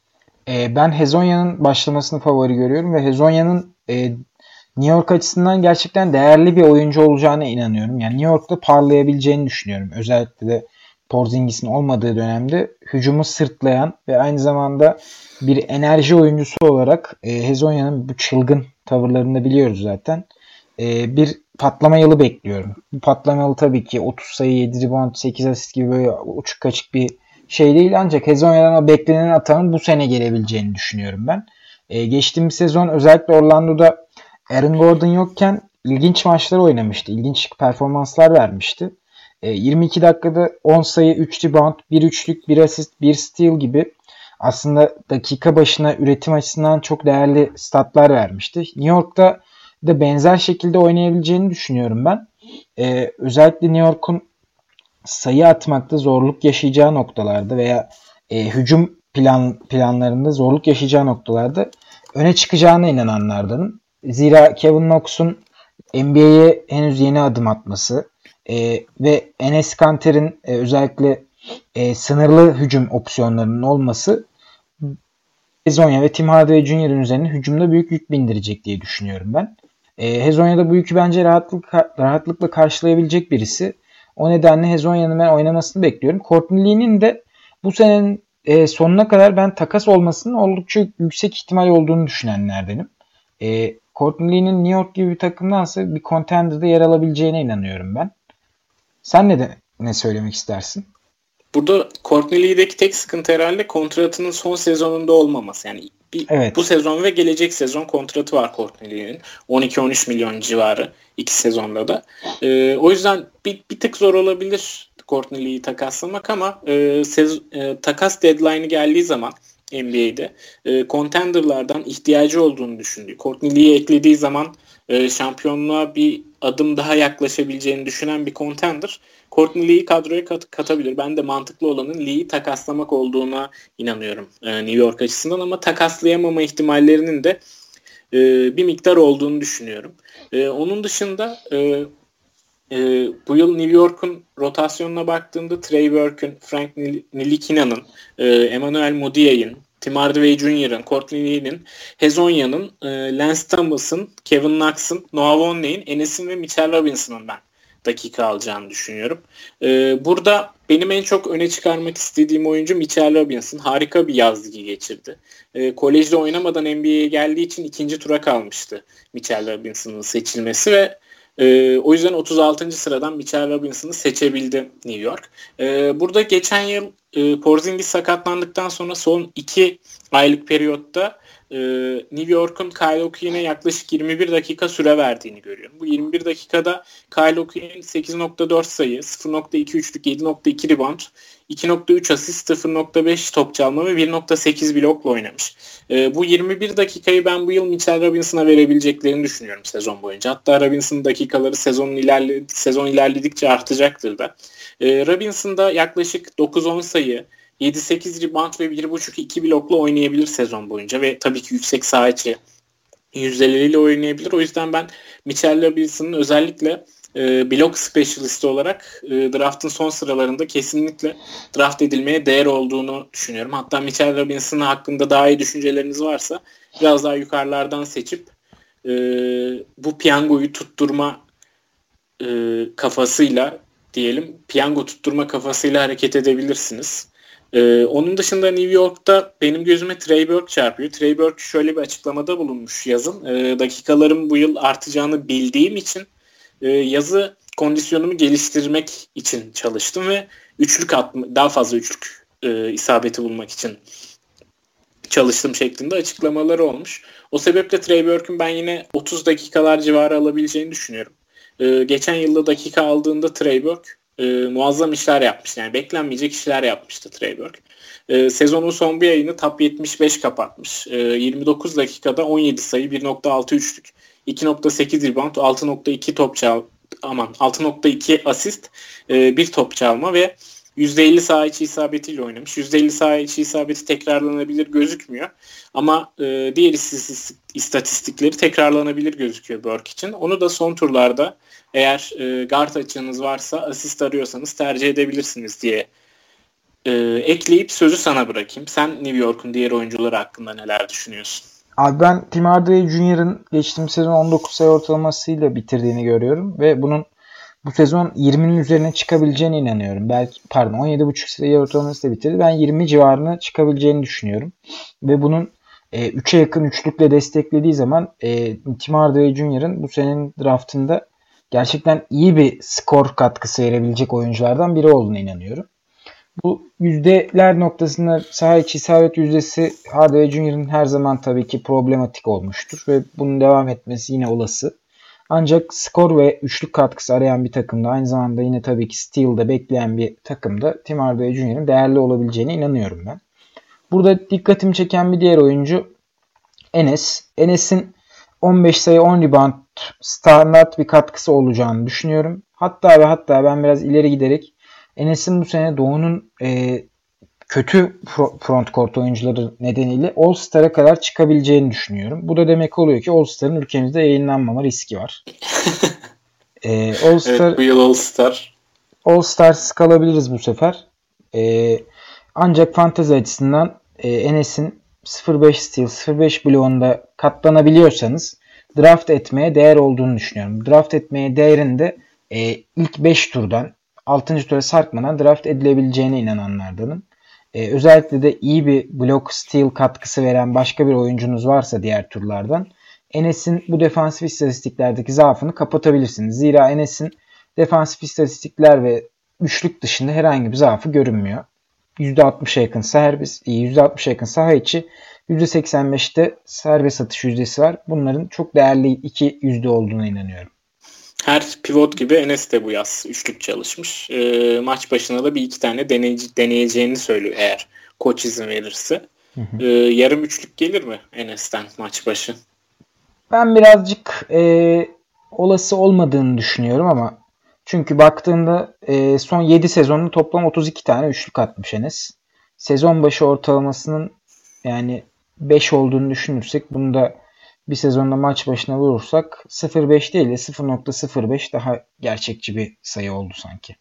E, ben Hezonya'nın başlamasını favori görüyorum ve Hezonya'nın e, New York açısından gerçekten değerli bir oyuncu olacağına inanıyorum. Yani New York'ta parlayabileceğini düşünüyorum. Özellikle de Porzingis'in olmadığı dönemde hücumu sırtlayan ve aynı zamanda bir enerji oyuncusu olarak e, Hezonya'nın bu çılgın tavırlarını da biliyoruz zaten. E, bir patlama yılı bekliyorum. Bu patlama yılı tabii ki otuz sayı, yedi rebound, sekiz asist gibi böyle uçuk kaçık bir şey değil, ancak Hezonya'dan o beklenen atanın bu sene gelebileceğini düşünüyorum ben. E, geçtiğimiz sezon özellikle Orlando'da Aaron Gordon yokken ilginç maçlar oynamıştı. İlginç performanslar vermişti. E, yirmi iki dakikada on sayı, üç rebound, bir üçlük, bir asist, bir steal gibi aslında dakika başına üretim açısından çok değerli statlar vermişti. New York'ta da benzer şekilde oynayabileceğini düşünüyorum ben. E, özellikle New York'un sayı atmakta zorluk yaşayacağı noktalarda veya e, hücum plan planlarında zorluk yaşayacağı noktalarda öne çıkacağına inananlardanım. Zira Kevin Knox'un N B A'ye henüz yeni adım atması e, ve Enes Kanter'in e, özellikle e, sınırlı hücum opsiyonlarının olması Hezonya ve Tim Hardaway Junior'ın üzerine hücumda büyük yük bindirecek diye düşünüyorum ben. E, Hezonya da bu yükü bence rahatlık, rahatlıkla karşılayabilecek birisi. O nedenle Hezonya'nın ben oynamasını bekliyorum. Courtney Lee'nin de bu senenin e, sonuna kadar ben takas olmasının oldukça yüksek ihtimal olduğunu düşünenlerdenim. E, Courtney Lee'nin New York gibi bir takımdansa bir contender'da yer alabileceğine inanıyorum ben. Sen ne de ne söylemek istersin? Burada Courtney Lee'deki tek sıkıntı herhalde kontratının son sezonunda olmaması. Yani bir, Evet. bu sezon ve gelecek sezon kontratı var Courtney Lee'nin. on iki on üç milyon civarı iki sezonda da. Ee, o yüzden bir, bir tık zor olabilir Courtney Lee'yi takaslamak ama e, sez, e, takas deadline'ı geldiği zaman N B A'de e, contender'lardan ihtiyacı olduğunu düşündüğü, Courtney Lee'yi eklediği zaman e, şampiyonluğa bir adım daha yaklaşabileceğini düşünen bir contender Courtney Lee'yi kadroya kat- katabilir. Ben de mantıklı olanın Lee'yi takaslamak olduğuna inanıyorum e, New York açısından, ama takaslayamama ihtimallerinin de e, bir miktar olduğunu düşünüyorum. E, onun dışında e, e, bu yıl New York'un rotasyonuna baktığımda Trey Burke'ün, Frank Ntilikina'nın, e, Emmanuel Mudiay'ın, Tim Hardaway Junior'ın, Courtney Lee'nin, Hezonya'nın, e, Lance Thomas'ın, Kevin Knox'ın, Noah Vonleh'in, Enes'in ve Mitchell Robinson'ın ben dakika alacağını düşünüyorum. Ee, burada benim en çok öne çıkarmak istediğim oyuncu Mitchell Robinson. Harika bir yaz ligi geçirdi. Ee, kolejde oynamadan N B A'ye geldiği için ikinci tura kalmıştı Mitchell Robinson'ın seçilmesi ve e, o yüzden otuz altıncı sıradan Mitchell Robinson'ı seçebildi New York. Ee, burada geçen yıl e, Porzingis sakatlandıktan sonra son iki aylık periyotta Ee, New York'un Kyle O'Quinn'e yaklaşık yirmi bir dakika süre verdiğini görüyorum. Bu yirmi bir dakikada Kyle O'Quinn sekiz nokta dört sayı, sıfır nokta iki üçlük, yedi nokta iki rebound, iki nokta üç asist, sıfır nokta beş top çalma ve bir nokta sekiz blokla oynamış. Ee, bu yirmi bir dakikayı ben bu yıl Mitchell Robinson'a verebileceklerini düşünüyorum sezon boyunca. Hatta Robinson'ın dakikaları sezon, ilerle, sezon ilerledikçe artacaktır da. Ee, Robinson'da yaklaşık dokuz on sayı, yedi sekiz rebound ve bir buçuk iki blokla oynayabilir sezon boyunca ve tabii ki yüksek saha içi yüzdeleriyle oynayabilir. O yüzden ben Mitchell Robinson'ın özellikle e, blok specialist olarak e, draftın son sıralarında kesinlikle draft edilmeye değer olduğunu düşünüyorum. Hatta Mitchell Robinson hakkında daha iyi düşünceleriniz varsa biraz daha yukarılardan seçip e, bu piyangoyu tutturma e, kafasıyla diyelim, piyango tutturma kafasıyla hareket edebilirsiniz. Ee, onun dışında New York'ta benim gözüme Trey Burke çarpıyor. Trey Burke şöyle bir açıklamada bulunmuş yazın. Ee, dakikalarım bu yıl artacağını bildiğim için e, yazı kondisyonumu geliştirmek için çalıştım ve üçlük atma, daha fazla üçlük e, isabeti bulmak için çalıştım şeklinde açıklamaları olmuş. O sebeple Trey Burke'un ben yine otuz dakikalar civarı alabileceğini düşünüyorum. Ee, geçen yılda dakika aldığında Trey Burke e, muazzam işler yapmış. Yani beklenmeyecek işler yapmıştı Trey Burke. Ee, sezonun son bir ayını top yetmiş beş kapatmış. Ee, yirmi dokuz dakikada on yedi sayı, bir nokta altı üçlük, iki nokta sekiz rebound, altı nokta iki top çal aman altı nokta iki asist, e, bir top çalma ve yüzde elli saha içi isabetiyle oynamış. yüzde elli saha içi isabeti tekrarlanabilir gözükmüyor. Ama e, diğer istatistikleri tekrarlanabilir gözüküyor Burke için. Onu da son turlarda eğer e, guard açığınız varsa, asist arıyorsanız tercih edebilirsiniz diye e, ekleyip sözü sana bırakayım. Sen New York'un diğer oyuncuları hakkında neler düşünüyorsun? Abi ben Tim Hardaway Junior'ın geçtiğimiz sezon on dokuz sayı ortalamasıyla bitirdiğini görüyorum ve bunun bu sezon yirminin üzerine çıkabileceğine inanıyorum. Belki pardon on yedi buçuk sayı ortalamasıyla bitirdi. Ben yirmi civarına çıkabileceğini düşünüyorum. Ve bunun e, üçe yakın üçlükle desteklediği zaman e, Tim Hardaway Junior'ın bu senenin draftında gerçekten iyi bir skor katkısı verebilecek oyunculardan biri olduğuna inanıyorum. Bu yüzdeler noktasında saha içi isabet yüzdesi Hardaway Junior'ın her zaman tabii ki problematik olmuştur ve bunun devam etmesi yine olası. Ancak skor ve üçlük katkısı arayan bir takımda, aynı zamanda yine tabii ki steal'da bekleyen bir takımda Tim Hardaway Junior'ın değerli olabileceğine inanıyorum ben. Burada dikkatimi çeken bir diğer oyuncu Enes. Enes'in on beş sayı on rebound standart bir katkısı olacağını düşünüyorum. Hatta ve hatta ben biraz ileri giderek Enes'in bu sene Doğu'nun e, kötü front court oyuncuları nedeniyle All-Star'a kadar çıkabileceğini düşünüyorum. Bu da demek oluyor ki All-Star'ın ülkemizde yayınlanmama riski var. ee, All-Star, evet, bu yıl All-Star. All-Star'sız kalabiliriz bu sefer. Ee, ancak fantezi açısından e, Enes'in sıfır virgül beş steal, sıfır virgül beş bloğunda katlanabiliyorsanız draft etmeye değer olduğunu düşünüyorum. Draft etmeye değerinde e, ilk beş turdan altıncı tura sarkmadan draft edilebileceğine inananlardanım. Ee, özellikle de iyi bir block steal katkısı veren başka bir oyuncunuz varsa diğer turlardan Enes'in bu defansif istatistiklerdeki zaafını kapatabilirsiniz. Zira Enes'in defansif istatistikler ve üçlük dışında herhangi bir zaafı görünmüyor. yüzde altmışa yakın serbest, yüzde altmışa yakın saha içi, yüzde seksen beşte serbest atış yüzdesi var. Bunların çok değerli iki yüzde olduğuna inanıyorum. Her pivot gibi Enes de bu yaz üçlük çalışmış. E, maç başına da bir iki tane deney- deneyeceğini söylüyor eğer koç izin verirse. Hı hı. E, yarım üçlük gelir mi Enes'ten maç başı? Ben birazcık e, olası olmadığını düşünüyorum ama çünkü baktığımda e, son yedi sezonda toplam otuz iki tane üçlük atmış Enes. Sezon başı ortalamasının yani beş olduğunu düşünürsek bunu da bir sezonda maç başına vurursak sıfır virgül beş değil de sıfır virgül sıfır beş daha gerçekçi bir sayı oldu sanki.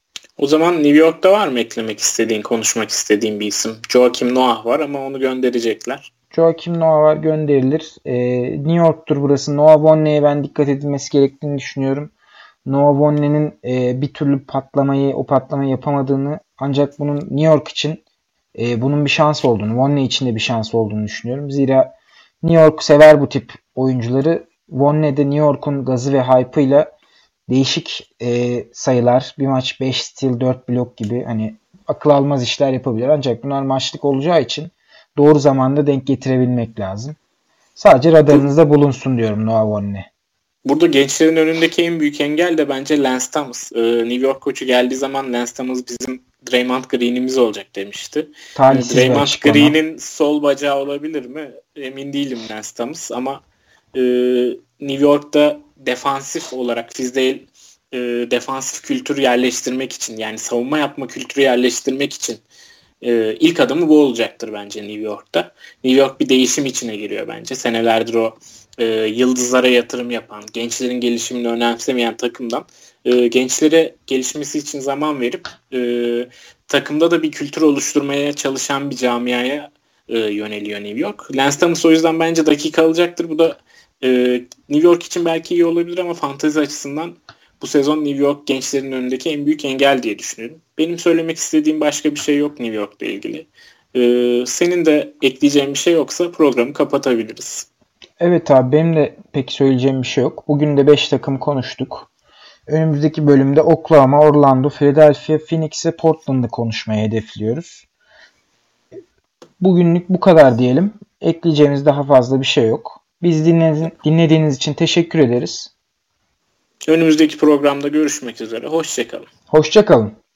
O zaman New York'ta var mı eklemek istediğin, konuşmak istediğin bir isim? Joakim Noah var ama onu gönderecekler. Joakim Noah var, gönderilir. Ee, New York'tur burası. Noah Vonleh'e ben dikkat edilmesi gerektiğini düşünüyorum. Noah Vonleh'nin e, bir türlü patlamayı, o patlamayı yapamadığını ancak bunun New York için e, bunun bir şans olduğunu, Vonleh için de bir şans olduğunu düşünüyorum. Zira New York sever bu tip oyuncuları. Vonleh de New York'un gazı ve hype'ıyla değişik e, sayılar, bir maç beş steal, dört blok gibi hani akıl almaz işler yapabilir. Ancak bunlar maçlık olacağı için doğru zamanda denk getirebilmek lazım. Sadece radarınızda bulunsun diyorum Noah Vonleh. Burada gençlerin önündeki en büyük engel de bence Lance Thomas. Ee, New York koçu geldiği zaman Lance Thomas bizim Draymond Green'imiz olacak demişti. Yani Draymond Green'in sol bacağı olabilir mi? Emin değilim Lance Thomas ama e, New York'ta defansif olarak Fizdale e, defansif kültür yerleştirmek için yani savunma yapma kültürü yerleştirmek için e, ilk adımı bu olacaktır bence New York'ta. New York bir değişim içine giriyor bence. Senelerdir o e, yıldızlara yatırım yapan, gençlerin gelişimini önemsemeyen takımdan e, gençlere gelişmesi için zaman verip e, takımda da bir kültür oluşturmaya çalışan bir camiaya e, yöneliyor New York. Lance Thomas o yüzden bence dakika alacaktır. Bu da e, New York için belki iyi olabilir ama fantezi açısından bu sezon New York gençlerin önündeki en büyük engel diye düşünüyorum. Benim söylemek istediğim başka bir şey yok New York'la ilgili. Ee, senin de ekleyeceğin bir şey yoksa programı kapatabiliriz. Evet abi benim de pek söyleyeceğim bir şey yok. Bugün de beş takım konuştuk. Önümüzdeki bölümde Oklahoma, Orlando, Philadelphia, Phoenix ve Portland'ı konuşmayı hedefliyoruz. Bugünlük bu kadar diyelim. Ekleyeceğimiz daha fazla bir şey yok. Biz dinlediğiniz, dinlediğiniz için teşekkür ederiz. Önümüzdeki programda görüşmek üzere. Hoşça kalın. Hoşça kalın.